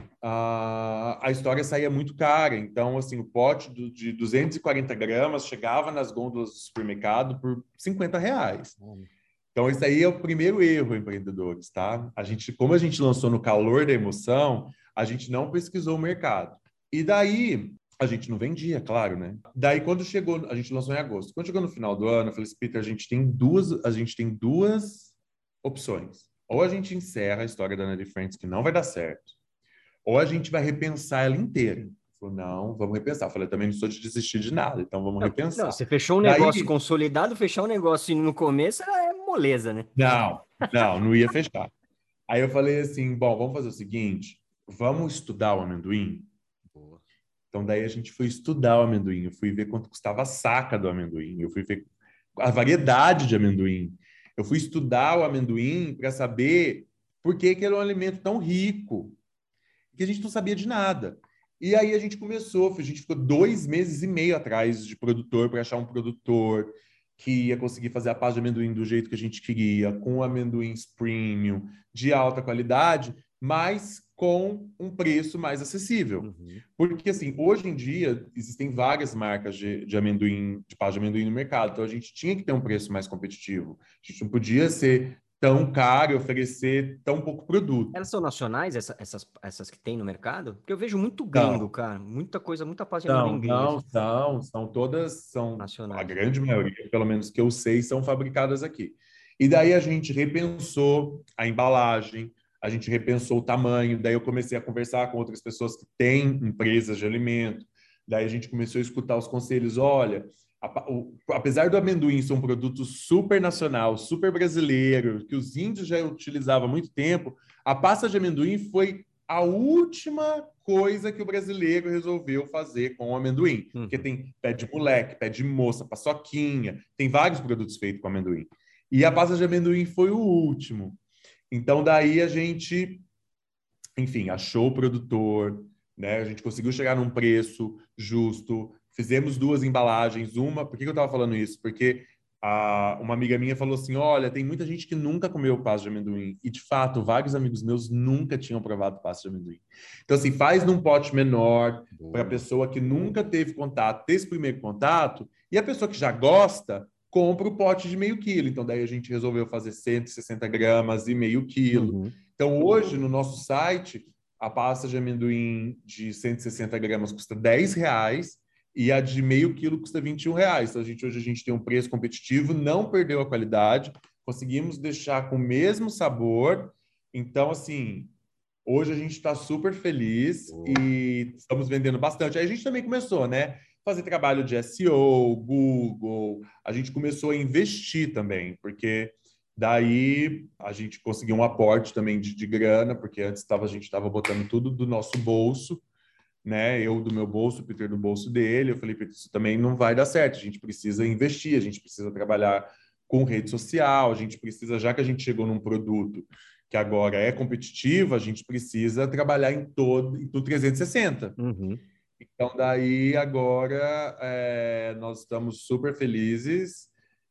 a, a história saía muito cara. Então, assim, o pote do, de duzentos e quarenta gramas chegava nas gôndolas do supermercado por cinquenta reais. Então, isso aí é o primeiro erro, empreendedores, tá? A gente, como a gente lançou no calor da emoção, a gente não pesquisou o mercado. E daí, a gente não vendia, claro, né? Daí, quando chegou, a gente lançou em agosto. Quando chegou no final do ano, eu falei assim, Peter, a gente tem duas, a gente tem duas opções. Ou a gente encerra a história da Nutty Friends, que não vai dar certo, ou a gente vai repensar ela inteira. Ele falou, não, vamos repensar. Eu falei, eu também não sou de desistir de nada, então vamos Não, não, repensar. você fechou um negócio Daí, consolidado, fechar um negócio no começo é moleza, né? não, não, não ia fechar. Aí eu falei assim, bom, vamos fazer o seguinte, vamos estudar o amendoim? Boa. Então daí a gente foi estudar o amendoim, eu fui ver quanto custava a saca do amendoim, eu fui ver a variedade de amendoim. Eu fui estudar o amendoim para saber por que, que ele é um alimento tão rico. que a gente não sabia de nada. E aí a gente começou, a gente ficou dois meses e meio atrás de produtor para achar um produtor que ia conseguir fazer a pasta de amendoim do jeito que a gente queria, com amendoins premium, de alta qualidade, mas com um preço mais acessível. Uhum. Porque, assim, hoje em dia, existem várias marcas de, de amendoim, de pasta de amendoim no mercado, então a gente tinha que ter um preço mais competitivo. A gente não podia ser tão caro e oferecer tão pouco produto. Elas são nacionais, essa, essas, essas que tem no mercado? Porque eu vejo muito gringo, Então, cara. Muita coisa, muita pasta de Não, amendoim gringa. não, são, são todas, são a Nacionais. grande maioria, pelo menos que eu sei, são fabricadas aqui. E daí a gente repensou a embalagem, a gente repensou o tamanho, daí eu comecei a conversar com outras pessoas que têm empresas de alimento, daí a gente começou a escutar os conselhos, olha, a- o- apesar do amendoim ser um produto super nacional, super brasileiro, que os índios já utilizavam há muito tempo, a pasta de amendoim foi a última coisa que o brasileiro resolveu fazer com o amendoim. Uhum. Porque tem pé de moleque, pé de moça, paçoquinha, tem vários produtos feitos com amendoim. E a pasta de amendoim foi o último. Então, daí a gente, enfim, achou o produtor, né? A gente conseguiu chegar num preço justo, fizemos duas embalagens, uma... Por que eu estava falando isso? Porque a, uma amiga minha falou assim, olha, tem muita gente que nunca comeu pasta de amendoim. E, de fato, vários amigos meus nunca tinham provado pasta de amendoim. Então, assim, faz num pote menor, para a pessoa que nunca teve contato, ter esse primeiro contato, e a pessoa que já gosta, compra o pote de meio quilo. Então, daí a gente resolveu fazer cento e sessenta gramas e meio quilo. Uhum. Então, hoje, no nosso site, a pasta de amendoim de cento e sessenta gramas custa dez reais e a de meio quilo custa vinte e um reais. Então, a gente, hoje a gente tem um preço competitivo, não perdeu a qualidade, conseguimos deixar com o mesmo sabor. Então, assim, hoje a gente está super feliz Oh. e estamos vendendo bastante. Aí a gente também começou, né? Fazer trabalho de S E O, Google. A gente começou a investir também, porque daí a gente conseguiu um aporte também de, de grana, porque antes tava, a gente estava botando tudo do nosso bolso, né? Eu do meu bolso, o Peter do bolso dele. Eu falei, Peter, isso também não vai dar certo. A gente precisa investir, a gente precisa trabalhar com rede social, a gente precisa, já que a gente chegou num produto que agora é competitivo, a gente precisa trabalhar em todo, em tudo trezentos e sessenta. Uhum. Então, daí, agora, é, nós estamos super felizes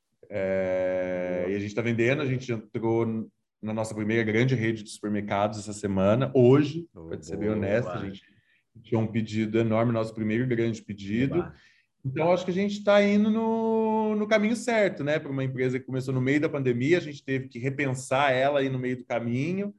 é, e a gente está vendendo. A gente entrou na nossa primeira grande rede de supermercados essa semana, hoje, Oh, para ser bem honesto, a boa. gente tinha um pedido enorme, nosso primeiro grande pedido. Eba. Então, acho que a gente está indo no, no caminho certo, né? Para uma empresa que começou no meio da pandemia, a gente teve que repensar ela aí no meio do caminho.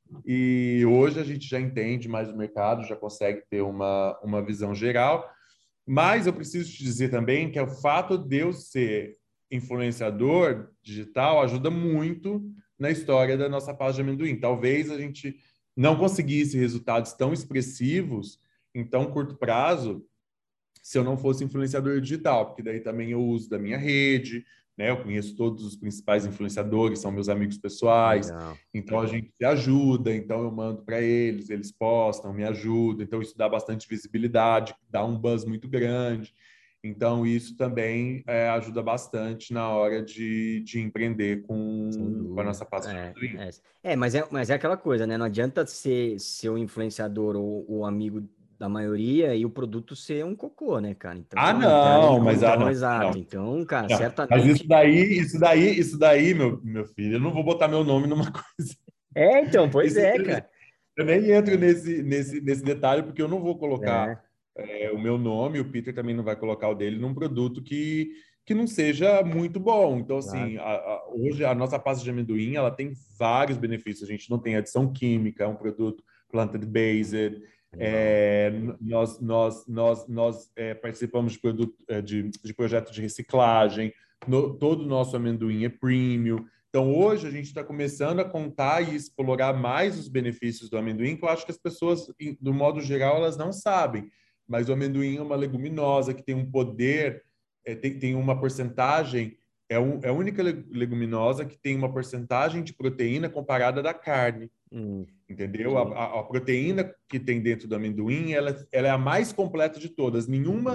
E hoje a gente já entende mais o mercado, já consegue ter uma, uma visão geral. Mas eu preciso te dizer também que o fato de eu ser influenciador digital ajuda muito na história da nossa página de amendoim. Talvez a gente não conseguisse resultados tão expressivos em tão curto prazo se eu não fosse influenciador digital, porque daí também eu uso da minha rede, né? Eu conheço todos os principais influenciadores, são meus amigos pessoais, Legal. então a gente se ajuda, então eu mando para eles, eles postam, me ajudam, então isso dá bastante visibilidade, dá um buzz muito grande. Então, isso também é, ajuda bastante na hora de, de empreender Sem com, com a dúvida. nossa pasta de É, amendoim. é. É, mas é, mas é aquela coisa, né? Não adianta ser, ser o influenciador ou o amigo da maioria e o produto ser um cocô, né, cara? Ah, Então, então, não, mas ah, então, não, exato. não. Então, cara, Não, mas isso certamente. daí, isso daí, isso daí, meu, meu filho, eu não vou botar meu nome numa coisa. É, então, pois Isso, é, cara. eu nem entro nesse, nesse, nesse detalhe, porque eu não vou colocar É, é, o meu nome, o Peter também não vai colocar o dele num produto que, que não seja muito bom. Então, claro. assim, a, a, hoje a nossa pasta de amendoim, ela tem vários benefícios. A gente não tem adição química, é um produto plant-based. Animal. É, nós nós, nós, nós é, participamos de, produto, é, de, de projetos de reciclagem. No, todo o nosso amendoim é premium. Então, hoje, a gente está começando a contar e explorar mais os benefícios do amendoim, que eu acho que as pessoas, do modo geral, elas não sabem. Mas o amendoim é uma leguminosa que tem um poder, é, tem, tem uma porcentagem, é, um, é a única leguminosa que tem uma porcentagem de proteína comparada da carne. Hum, Entendeu? A, a, a proteína que tem dentro do amendoim, ela, ela é a mais completa de todas. Nenhuma, incrível.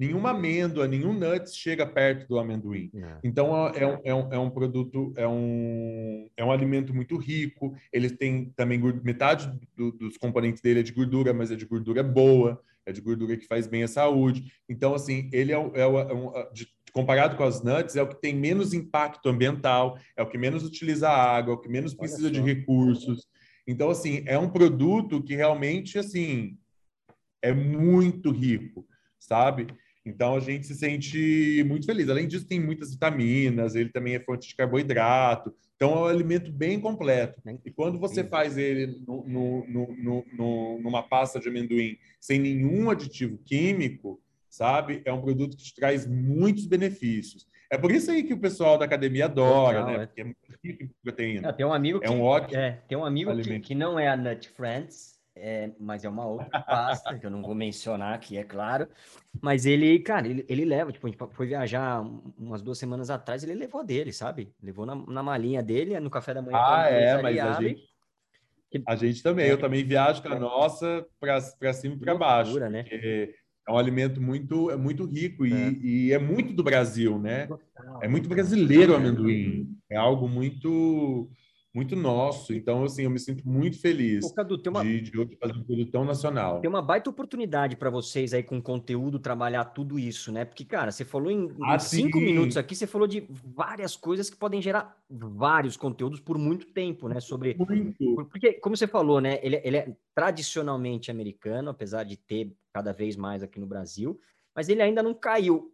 nenhuma amêndoa, nenhum nuts chega perto do amendoim. Não. Então, é um, é um, é um produto, é um, é um alimento muito rico. Ele tem também metade do, dos componentes dele é de gordura, mas é de gordura boa, é de gordura que faz bem à saúde. Então, assim, ele é, é, é um, de, comparado com as nuts, é o que tem menos impacto ambiental, é o que menos utiliza água, é o que menos precisa de recursos. Então, assim, é um produto que realmente, assim, é muito rico, sabe? Então, a gente se sente muito feliz. Além disso, tem muitas vitaminas, ele também é fonte de carboidrato. Então, é um alimento bem completo. E quando você faz ele no, no, no, no, numa pasta de amendoim sem nenhum aditivo químico, sabe? É um produto que te traz muitos benefícios. É por isso aí que o pessoal da academia adora, Total, né? é. Porque é muito rico em proteína. Ah, tem um amigo É que um ótimo é, tem um amigo que, alimento. que não é a Nut Friends, é, mas é uma outra pasta que eu não vou mencionar aqui, é claro. Mas ele, cara, ele, ele leva, tipo, a gente foi viajar um- umas duas semanas atrás, ele levou dele, sabe? Levou na, na malinha dele, no café da manhã, quando Ah, a é, mesa ali mas a abre. gente Que, A gente também, eu é, também viajo com a nossa para cima e que para baixo, loucura, né? porque é um alimento muito, é muito rico É. e, e é muito do Brasil, né? Total, É muito total. brasileiro o É. amendoim, é algo muito, muito nosso. Então, assim, eu me sinto muito feliz Ô, Cadu, tem uma, de, de hoje fazer um produto tão tem nacional. uma baita oportunidade para vocês aí com conteúdo trabalhar tudo isso, né? Porque, cara, você falou em, em Ah, cinco minutos sim, aqui, você falou de várias coisas que podem gerar vários conteúdos por muito tempo, né? Sobre. muito. por- Porque, como você falou, né? Ele, é- ele é tradicionalmente americano, apesar de ter cada vez mais aqui no Brasil, mas ele ainda não caiu.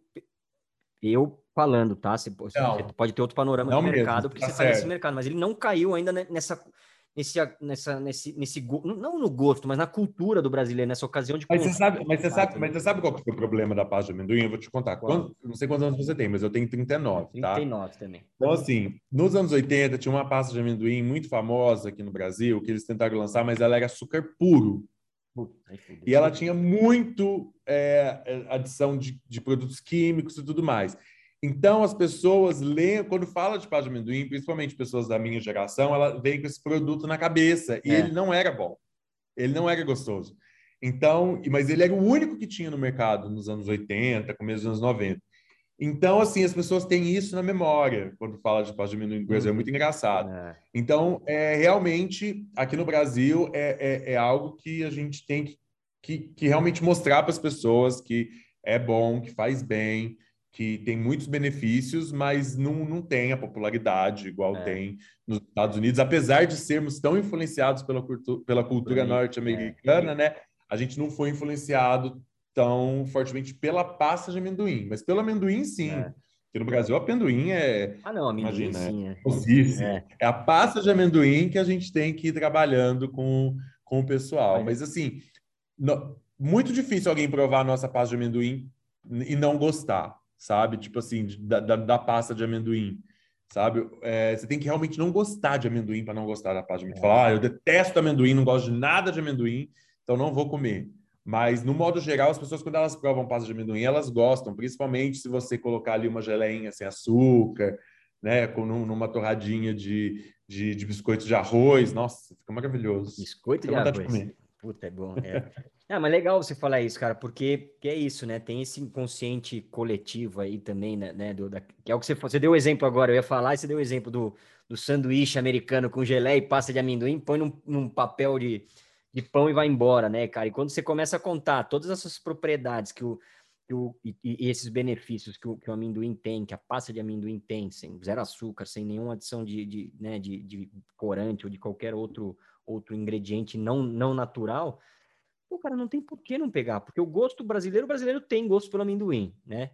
Eu falando, tá? Você, você Não, pode ter outro panorama não de mesmo, mercado, porque tá você está nesse certo. mercado, mas ele não caiu ainda ne- nessa, nesse, nessa, nesse, nesse, go- não no gosto, mas na cultura do brasileiro, nessa ocasião de Mas você consumir, sabe, mas você sabe, mas entendeu? você sabe qual que foi o problema da pasta de amendoim? Eu vou te contar. Qual? Quando, não sei quantos anos você tem, mas eu tenho trinta e É nove, trinta e tá? nove também. Então, assim, nos anos oitenta tinha uma pasta de amendoim muito famosa aqui no Brasil, que eles tentaram lançar, mas ela era açúcar puro. Puta, aí fudeu. E ela tinha muito é, adição de, de produtos químicos e tudo mais. Então, as pessoas leem, quando fala de pasta de amendoim, principalmente pessoas da minha geração, ela veio com esse produto na cabeça. E ele É, não era bom. Ele não era gostoso. Então, mas ele era o único que tinha no mercado nos anos oitenta, começo dos anos noventa. Então, assim, as pessoas têm isso na memória quando fala de pasta de amendoim no Brasil. É uhum, muito engraçado. é, Então, é, realmente, aqui no Brasil, é, é, é algo que a gente tem que, que, que realmente mostrar para as pessoas que é bom, que faz bem, que tem muitos benefícios, mas não, não tem a popularidade igual é, tem nos Estados Unidos. Apesar de sermos tão influenciados pela, cultu pela por cultura americano, é, norte-americana, né? A gente não foi influenciado tão fortemente pela pasta de amendoim, mas pelo amendoim, sim. é. Porque no Brasil, o amendoim é, Ah, não, amendoim imagina, é sim, é. famosíssimo. É, É a pasta de amendoim que a gente tem que ir trabalhando com, com o pessoal. mas, Mas, assim, no- muito difícil alguém provar a nossa pasta de amendoim e não gostar, sabe? Tipo assim, de- da, da, da pasta de amendoim, sabe? É, você tem que realmente não gostar de amendoim para não gostar da pasta de amendoim. é, Falar, ah, eu detesto amendoim, não gosto de nada de amendoim, então não vou comer. Mas, no modo geral, as pessoas, quando elas provam pasta de amendoim, elas gostam, principalmente se você colocar ali uma geleinha sem açúcar, né? Com num- numa torradinha de, de, de biscoito de arroz. Nossa, fica maravilhoso. biscoito Dá de vontade de arroz. comer. Puta, é bom, é. Ah, mas legal você falar isso, cara, porque que é isso, né? Tem esse inconsciente coletivo aí também, né? né, do, da, que é o que você, você deu o exemplo agora, eu ia falar, e você deu o exemplo do, do sanduíche americano com geleia e pasta de amendoim, põe num, num papel de, de pão e vai embora, né, cara? E quando você começa a contar todas essas propriedades que o, que o, e, e esses benefícios que o, que o amendoim tem, que a pasta de amendoim tem, sem zero açúcar, sem nenhuma adição de, de, né, de, de corante ou de qualquer outro, outro ingrediente não, não natural, pô, cara, não tem por que não pegar, porque o gosto brasileiro, o brasileiro tem gosto pelo amendoim, né?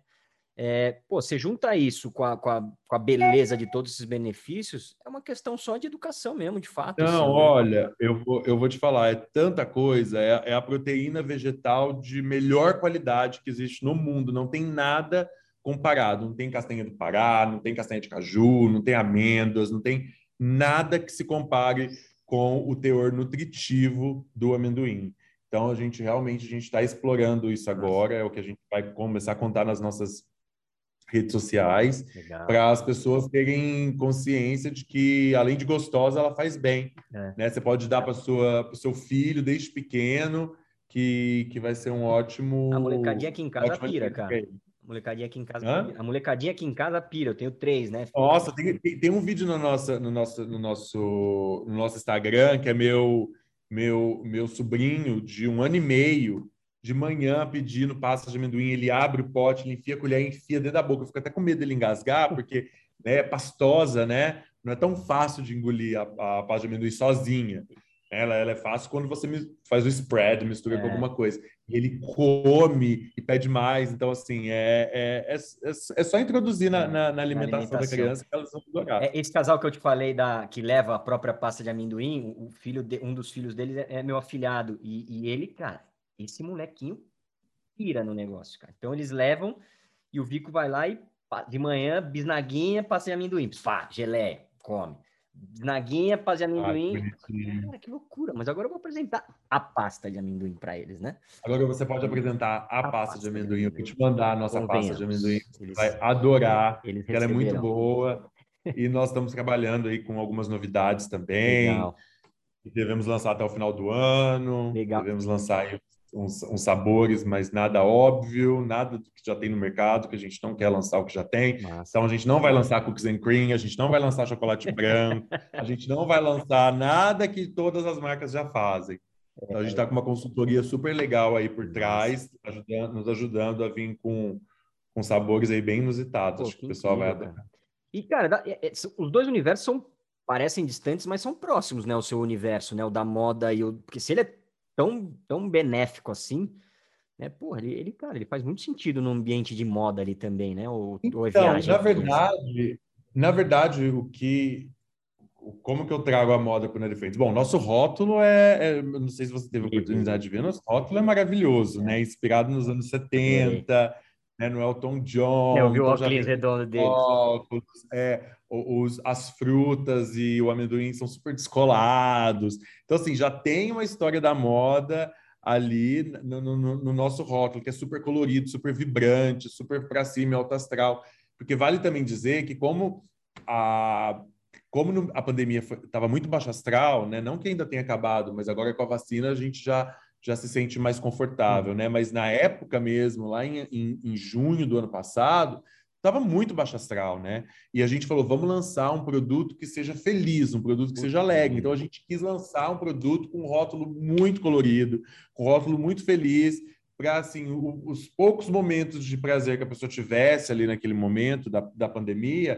É, pô, você junta isso com a, com a, com a beleza de todos esses benefícios, é uma questão só de educação mesmo, de fato, Não, assim, né? olha, eu vou, eu vou te falar, é tanta coisa, é, é a proteína vegetal de melhor qualidade que existe no mundo, não tem nada comparado, não tem castanha do Pará, não tem castanha de caju, não tem amêndoas, não tem nada que se compare com o teor nutritivo do amendoim. Então, a gente realmente a gente está explorando isso Nossa, agora, é o que a gente vai começar a contar nas nossas redes sociais, legal. para as pessoas terem consciência de que, além de gostosa, ela faz bem. É, Né? Você pode dar para o seu filho, desde pequeno, que, que vai ser um ótimo... A molecadinha aqui em casa ótimo pira, alimento pra cara. ele. A molecadinha aqui em casa Hã? pira. A molecadinha aqui em casa pira. Eu tenho três, né? Nossa, tem, tem, tem um vídeo no nosso, no nosso, no nosso, no nosso Instagram que é meu, meu, meu sobrinho de um ano e meio, de manhã pedindo pasta de amendoim. Ele abre o pote, ele enfia a colher e enfia dentro da boca. Eu fico até com medo dele engasgar, porque né, é pastosa, né? Não é tão fácil de engolir a, a pasta de amendoim sozinha. Ela, ela é fácil quando você mis- faz o spread, mistura com É, alguma coisa. E ele come e pede mais. Então, assim, é, é, é, é é só introduzir na, é, na, na na alimentação da alimentação. criança que elas vão adorar. É, esse casal que eu te falei da, que leva a própria pasta de amendoim, o, o filho de, um dos filhos deles é, é meu afilhado. E, e ele, cara, esse molequinho pira no negócio, cara. Então eles levam e o Vico vai lá e pá, de manhã, bisnaguinha, pasta de amendoim. Pá, geleia, come. Bisnaguinha, pasta de Ai, que amendoim. bonitinho. Cara, que loucura. Mas agora eu vou apresentar a pasta de amendoim para eles, né? Agora você pode E apresentar a a pasta de pasta de amendoim. Eu vou amendoim. te mandar a nossa pasta de amendoim. Convenhamos. Você vai Eles, adorar, eles que ela é muito receberão. boa. E nós estamos trabalhando aí com algumas novidades também. Legal, E devemos lançar até o final do ano. legal. Devemos lançar aí uns, uns sabores, mas nada óbvio, nada do que já tem no mercado, que a gente não quer lançar o que já tem. Massa. Então, a gente não vai lançar cookies and cream, a gente não vai lançar chocolate branco, a gente não vai lançar nada que todas as marcas já fazem. Então, a gente está com uma consultoria super legal aí por Massa. trás, ajudando, nos ajudando a vir com, com sabores aí bem inusitados. Pô, Acho que que o pessoal vai incrível, adorar. cara. E, cara, dá- é- é- os dois universos são, parecem distantes, mas são próximos, né? O seu universo, né? O da moda e o... Porque se ele é tão, tão benéfico assim, né? Porra, ele, ele, cara, ele faz muito sentido no ambiente de moda ali também, né? Ou, ou é Então, viagem na minha, assim? verdade, na verdade, o que o- como que eu trago a moda para o Netflix? Bom, nosso rótulo é, é- eu não sei se você teve a Vi, vi, vi. oportunidade de ver, nosso rótulo é maravilhoso, É, né? Inspirado nos anos adorei. setenta, né? No Elton É, eu John, vi o então já óculos vem com redondo deles. óculos, é, o- os, as frutas e o amendoim são super descolados. Então, assim, já tem uma história da moda ali no, no- no- no nosso rótulo, que é super colorido, super vibrante, super para cima, alto astral. Porque vale também dizer que como a como no- a pandemia estava muito baixo astral, né? Não que ainda tenha acabado, mas agora com a vacina a gente já, já se sente mais confortável, Uhum. né? Mas na época mesmo, lá em, em, em junho do ano passado, estava muito baixo astral, né? E a gente falou, vamos lançar um produto que seja feliz, um produto que Putz, seja que alegre. Então lindo. a gente quis lançar um produto com um rótulo muito colorido, com um rótulo muito feliz, para assim, o- os poucos momentos de prazer que a pessoa tivesse ali naquele momento da, da pandemia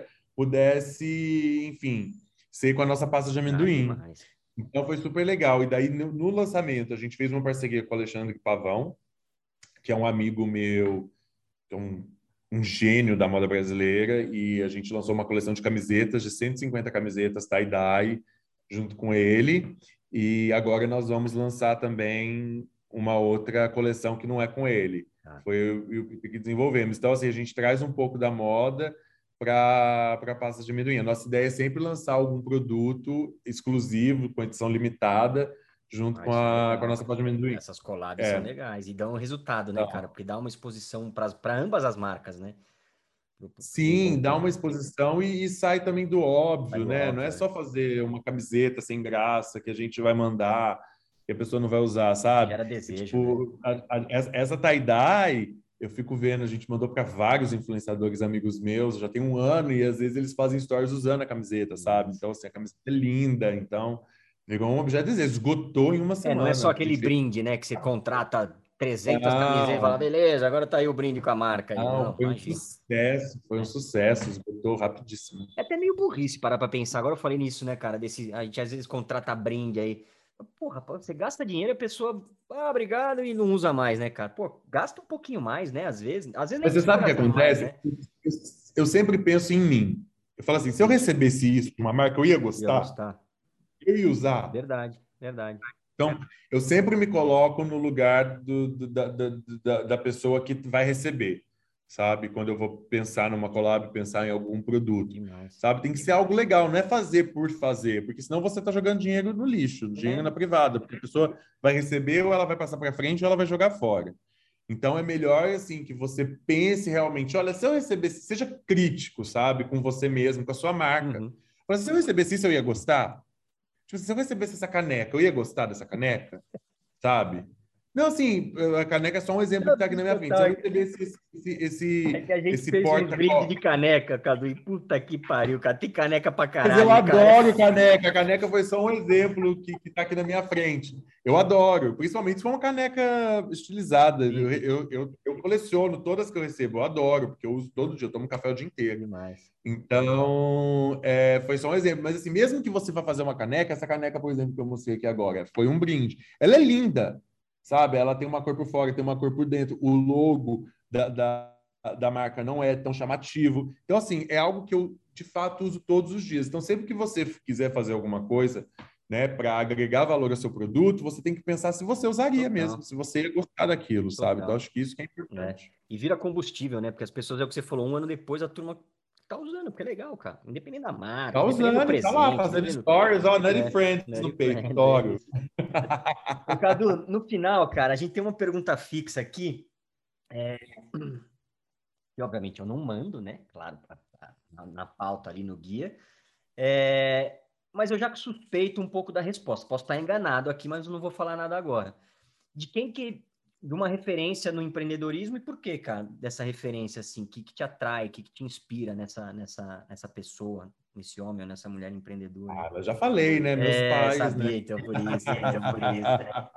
pudesse, enfim, ser com a nossa pasta de Ah, amendoim. demais. Então foi super legal. E daí, no, no lançamento, a gente fez uma parceria com o Alexandre Pavão, que é um amigo meu, que é um, um gênio da moda brasileira, e a gente lançou uma coleção de camisetas, de cento e cinquenta camisetas tie-dye, junto com ele. E agora nós vamos lançar também uma outra coleção que não é com ele. Ah, Foi eu e o Pipi que desenvolvemos. Então, assim, a gente traz um pouco da moda para para pasta de amendoim. A nossa ideia é sempre lançar algum produto exclusivo, com edição limitada, junto ah, com isso é a, com a legal, nossa cara. pasta de amendoim. Essas collabs são É, legais e dão um resultado, né, cara? então, Porque dá uma exposição para ambas as marcas, né? Pro, pro quem sim, dá compra. uma exposição e, e sai também do Sai óbvio, do né? Não óbvio, é é. só fazer uma camiseta sem graça que a gente vai mandar, que a pessoa não vai usar, sabe? Gera E, desejo, né? tipo, a, a, essa essa tie-dye, eu fico vendo, a gente mandou para vários influenciadores amigos meus, já tem um ano, e às vezes eles fazem stories usando a camiseta, sabe? Mas... Então, assim, a camiseta é linda, então virou um objeto de desejo, esgotou em uma É, não é só semana. A aquele gente fez. brinde, né? Que você contrata trezentas camisetas e fala, Não, beleza, agora tá aí o brinde com a marca aí. não, Não, foi um imagina. sucesso, foi um Né? sucesso, esgotou rapidíssimo. É até meio burrice parar pra pensar. Agora eu falei nisso, né, cara? Desse, a gente às vezes contrata brinde aí. Porra, pô, você gasta dinheiro e a pessoa, ah, obrigado, e não usa mais, né, cara? Pô, gasta um pouquinho mais, né? Às vezes, às vezes nem Mas você precisa sabe o que gastar mais, acontece? né? Eu, eu sempre penso em mim. Eu falo assim, se eu recebesse isso de uma marca, eu ia Ia gostar? gostar. Eu ia usar? Verdade, verdade. Então, eu sempre me coloco no lugar do, do- da, da, da, da pessoa que vai receber, sabe? Quando eu vou pensar numa collab, pensar em algum produto, Demais. sabe? Tem que ser algo legal, não é fazer por fazer, porque senão você está jogando dinheiro no lixo, dinheiro É, na privada, porque a pessoa vai receber ou ela vai passar para frente ou ela vai jogar fora. Então é melhor assim que você pense realmente, olha, se eu recebesse, seja crítico, sabe, com você mesmo, com a sua marca. uhum. Mas se eu recebesse isso, eu ia gostar? Tipo, se eu recebesse essa caneca, eu ia gostar dessa caneca? Sabe? Não, assim, a caneca é só um exemplo que está aqui na minha frente. Se eu receber esse, esse, esse, É que a gente esse fez um porta... brinde de caneca, Cadu, e puta que pariu, cara. Tem caneca pra Mas eu caralho, cara. adoro caneca. A caneca foi só um exemplo que está aqui na minha frente. Eu adoro, principalmente se for uma caneca estilizada. Eu, eu, eu, eu coleciono todas que eu recebo. Eu adoro, porque eu uso todo dia. Eu tomo café o dia inteiro. Demais. Então, é, foi só um exemplo. Mas, assim, mesmo que você vá fazer uma caneca, essa caneca, por exemplo, que eu mostrei aqui agora, foi um brinde. Ela é linda, sabe? Ela tem uma cor por fora, tem uma cor por dentro. O logo da, da, da marca não é tão chamativo. Então, assim, é algo que eu, de fato, uso todos os dias. Então, sempre que você quiser fazer alguma coisa, né, para agregar valor ao seu produto, você tem que pensar se você usaria Total. mesmo, se você ia gostar daquilo, Total. sabe? Então, acho que isso que é É. importante. E vira combustível, né? Porque as pessoas, é o que você falou, um ano depois a turma tá usando, porque é legal, cara. Independente da marca, Tá independente do usando, tá lá, presente, fazendo independente do... stories, ó, Nutty É, Friends Nutty no peito, Friends, é adoro. isso. Ô, Cadu, no final, cara, a gente tem uma pergunta fixa aqui, é, que obviamente eu não mando, né? Claro, pra- pra- na, na pauta ali no guia. É, mas eu já suspeito um pouco da resposta. Posso estar enganado aqui, mas eu não vou falar nada agora. De quem que... De uma referência no empreendedorismo e por quê, cara, dessa referência, assim? O que, que te atrai, o que, que te inspira nessa, nessa, nessa pessoa, nesse homem ou nessa mulher empreendedora? Ah, eu já falei, né? Meus É, pais, né? sabia, então por isso, então por isso,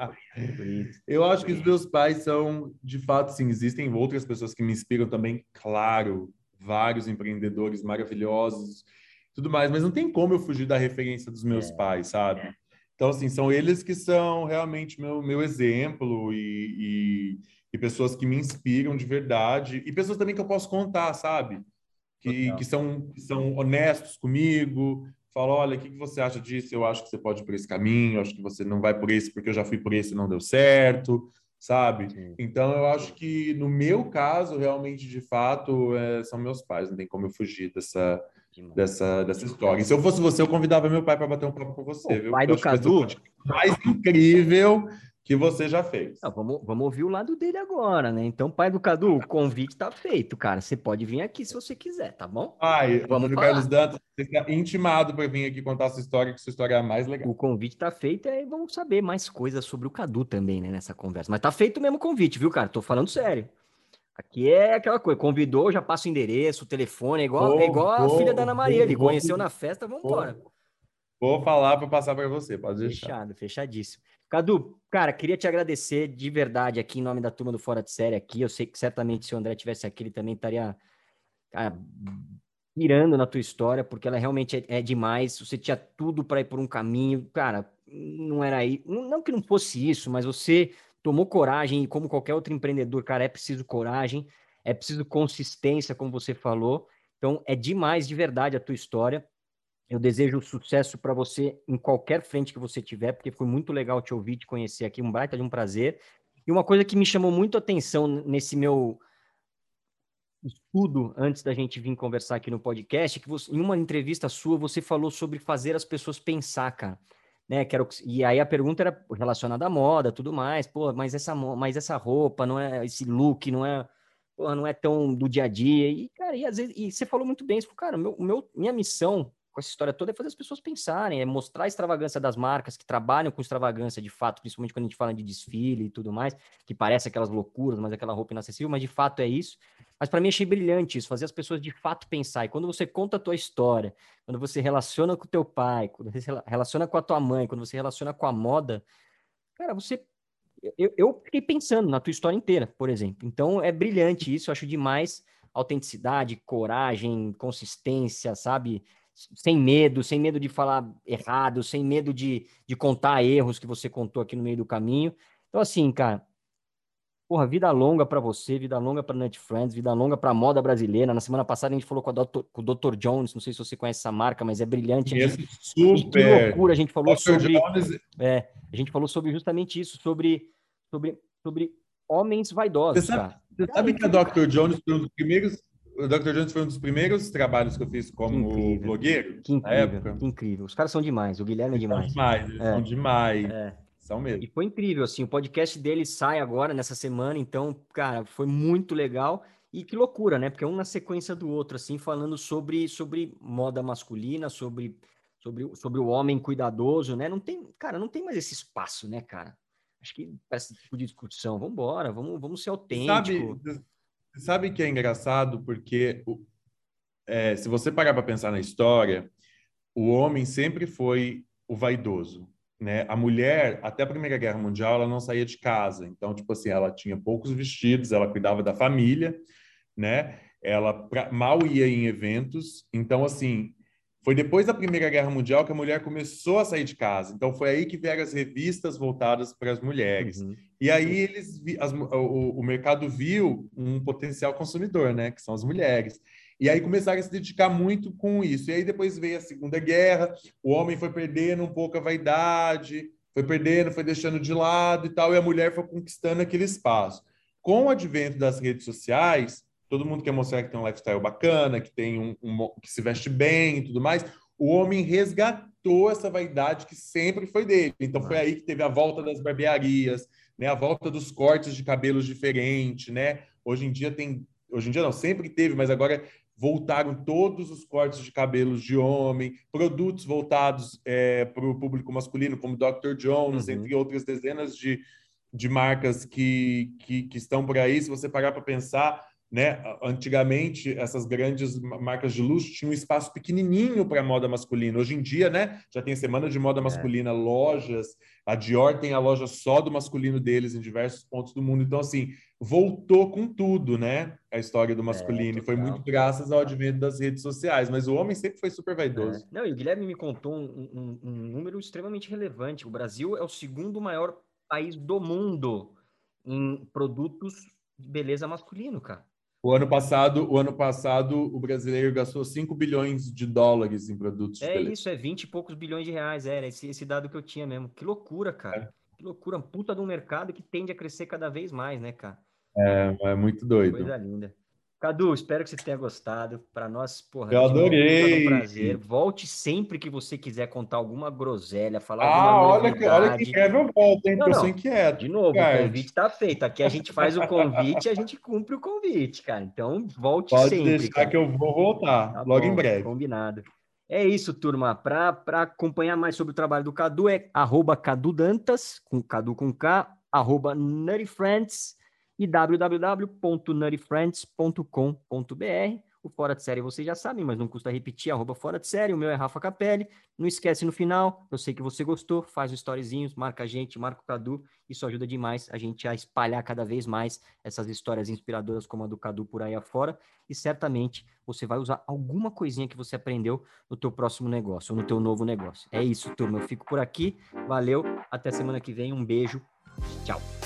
é, por isso. Eu acho Por que os isso. meus pais são, de fato, sim, existem outras pessoas que me inspiram também, claro, vários empreendedores maravilhosos, tudo mais, mas não tem como eu fugir da referência dos meus É, pais, sabe? Então, assim, são eles que são realmente meu, meu exemplo e, e, e pessoas que me inspiram de verdade, e pessoas também que eu posso contar, sabe? que, que total. são, que são honestos comigo, falam, olha, o que, que você acha disso? Eu acho que você pode ir por esse caminho, eu acho que você não vai por esse porque eu já fui por esse e não deu certo, sabe? Sim, Então, eu acho que no meu caso, realmente, de fato, é, são meus pais, não tem como eu fugir dessa, demais. dessa, dessa história. E se eu fosse você, eu convidava meu pai para bater um papo com Pô, você, o viu? pai Porque eu do acho que vai ser o Cadu, podcast mais incrível que você já fez. não, vamos, vamos ouvir o lado dele agora, né? Então, pai do Cadu, o convite tá feito, cara. Você pode vir aqui se você quiser, tá bom? Ai, Vamos Antônio Carlos falar. Dantas, você está intimado para vir aqui contar a sua história, que sua história é a mais legal. O convite tá feito e aí vamos saber mais coisas sobre o Cadu também, né, nessa conversa. Mas tá feito mesmo o convite, viu, cara? Tô falando sério. Aqui é aquela coisa, convidou, já passa o endereço, o telefone, é igual, é Vou, igual a filha da vou, Ana Maria ali, vou, vou, conheceu na festa, vamos embora. vou, vou falar para passar para você, pode deixar. Fechado, fechadíssimo. Cadu, cara, queria te agradecer de verdade aqui em nome da turma do Fora de Série aqui. Eu sei que certamente se o André tivesse aqui, ele também estaria, cara, pirando na tua história, porque ela realmente é, é demais. Você tinha tudo para ir por um caminho, cara, não era aí, não, não que não fosse isso, mas você tomou coragem e como qualquer outro empreendedor, cara, é preciso coragem, é preciso consistência, como você falou. Então, é demais de verdade a tua história. Eu desejo sucesso para você em qualquer frente que você tiver, porque foi muito legal te ouvir, te conhecer aqui, um baita de um prazer. E uma coisa que me chamou muito a atenção nesse meu estudo antes da gente vir conversar aqui no podcast, é que você, em uma entrevista sua você falou sobre fazer as pessoas pensar, cara. Né, que era o que- e aí a pergunta era relacionada à moda, tudo mais. Pô, mas essa, mo- mas essa roupa, não é esse look, não é, pô, não é tão do dia a dia. E, cara, e às vezes, e você falou muito bem, você falou, cara, meu, meu, minha missão com essa história toda é fazer as pessoas pensarem, é mostrar a extravagância das marcas que trabalham com extravagância de fato, principalmente quando a gente fala de desfile e tudo mais, que parece aquelas loucuras, mas aquela roupa inacessível, mas de fato é isso. Mas para mim achei brilhante isso, fazer as pessoas de fato pensar. E quando você conta a tua história, quando você relaciona com o teu pai, quando você relaciona com a tua mãe, quando você relaciona com a moda, cara, você... Eu, eu fiquei pensando na tua história inteira, por exemplo. Então é brilhante isso, eu acho demais. Autenticidade, coragem, consistência, sabe? Sem medo, sem medo de falar errado, sem medo de, de contar erros que você contou aqui no meio do caminho. Então, assim, cara, porra, vida longa pra você, vida longa pra Nut Friends, vida longa pra moda brasileira. Na semana passada a gente falou com, a doutor com o doutor Jones, não sei se você conhece essa marca, mas é brilhante. A Conheço gente, e que super. loucura, a gente falou doutor sobre, Jones, é, a gente falou sobre justamente isso, sobre, sobre, sobre homens você vaidosos, sabe, cara. você Cara, sabe e que a tudo, cara. doutor Jones foi um dos primeiros. O doutor Jones foi um dos primeiros trabalhos que eu fiz Que como incrível, blogueiro que na incrível, época. que incrível. Os caras são demais, o Guilherme é Eles são demais. demais, eles são É, demais. é. São E mesmo. foi incrível, assim, o podcast dele sai agora, nessa semana, então, cara, foi muito legal. E que loucura, né? Porque é um na sequência do outro, assim, falando sobre, sobre moda masculina, sobre, sobre, sobre o homem cuidadoso, né? Não tem, cara, não tem mais esse espaço, né, cara? Acho que para esse tipo de discussão, vamos embora, vamos, vamos ser Sabe, autêntico. sabe que é engraçado? Porque é, se você parar para pensar na história, o homem sempre foi o vaidoso, né? A mulher, até a Primeira Guerra Mundial, ela não saía de casa. Então, tipo assim, ela tinha poucos vestidos, ela cuidava da família, né? Ela pra, mal ia em eventos. Então, assim, foi depois da Primeira Guerra Mundial que a mulher começou a sair de casa. Então, foi aí que vieram as revistas voltadas para as mulheres. Uhum. E aí eles as, o, o mercado viu um potencial consumidor, né? Que são as mulheres. E aí começaram a se dedicar muito com isso. E aí depois veio a Segunda Guerra, o homem foi perdendo um pouco a vaidade, foi perdendo, foi deixando de lado e tal, e a mulher foi conquistando aquele espaço. Com o advento das redes sociais, todo mundo quer mostrar que tem um lifestyle bacana, que tem um, um que se veste bem e tudo mais. O homem resgatou essa vaidade que sempre foi dele. Então foi aí que teve a volta das barbearias, né? A volta dos cortes de cabelos diferentes, né? Hoje em dia tem, hoje em dia não, sempre teve, mas agora voltaram todos os cortes de cabelos de homem, produtos voltados é, para o público masculino, como doutor Jones, Uhum. entre outras dezenas de, de marcas que, que, que estão por aí. Se você parar para pensar, né, antigamente essas grandes marcas de luxo tinham um espaço pequenininho para moda masculina. Hoje em dia, né, já tem semana de moda masculina, é. lojas, a Dior tem a loja só do masculino deles em diversos pontos do mundo. Então, assim, voltou com tudo, né? A história do masculino. É, e foi muito graças ao advento das redes sociais. Mas o homem sempre foi super vaidoso. É. Não, e o Guilherme me contou um, um, um número extremamente relevante. O Brasil é o segundo maior país do mundo em produtos de beleza masculino, cara. O ano passado, o ano passado, o brasileiro gastou cinco bilhões de dólares em produtos de é beleza. É isso, é vinte e poucos bilhões de reais. Era esse, esse dado que eu tinha mesmo. Que loucura, cara. É. Que loucura. Puta de um mercado que tende a crescer cada vez mais, né, cara? É, é muito doido. Coisa linda. Cadu, espero que você tenha gostado. Para nós, porra, eu adorei. Novo, um prazer. Volte sempre que você quiser contar alguma groselha, falar ah, alguma olha novidade. Que, olha que breve eu volto, hein? Não, Porque não. eu sou inquieto. De novo, Card. o convite está feito. Aqui a gente faz o convite e a gente cumpre o convite, cara. Então, volte Pode sempre, deixar cara. que eu vou voltar, tá logo bom, em breve. Combinado. É isso, turma. Para acompanhar mais sobre o trabalho do Cadu, é arroba Cadu Dantas, com Cadu com K, arroba Nutty Friends e w w w ponto nutty friends ponto com ponto b r. O Fora de Série vocês já sabem, mas não custa repetir, arroba Fora de Série. O meu é Rafa Capelli. Não esquece no final, eu sei que você gostou, faz os storyzinhos, marca a gente, marca o Cadu. Isso ajuda demais a gente a espalhar cada vez mais essas histórias inspiradoras como a do Cadu por aí afora. E certamente você vai usar alguma coisinha que você aprendeu no teu próximo negócio, ou no teu novo negócio. É isso, turma. Eu fico por aqui. Valeu. Até semana que vem. Um beijo. Tchau.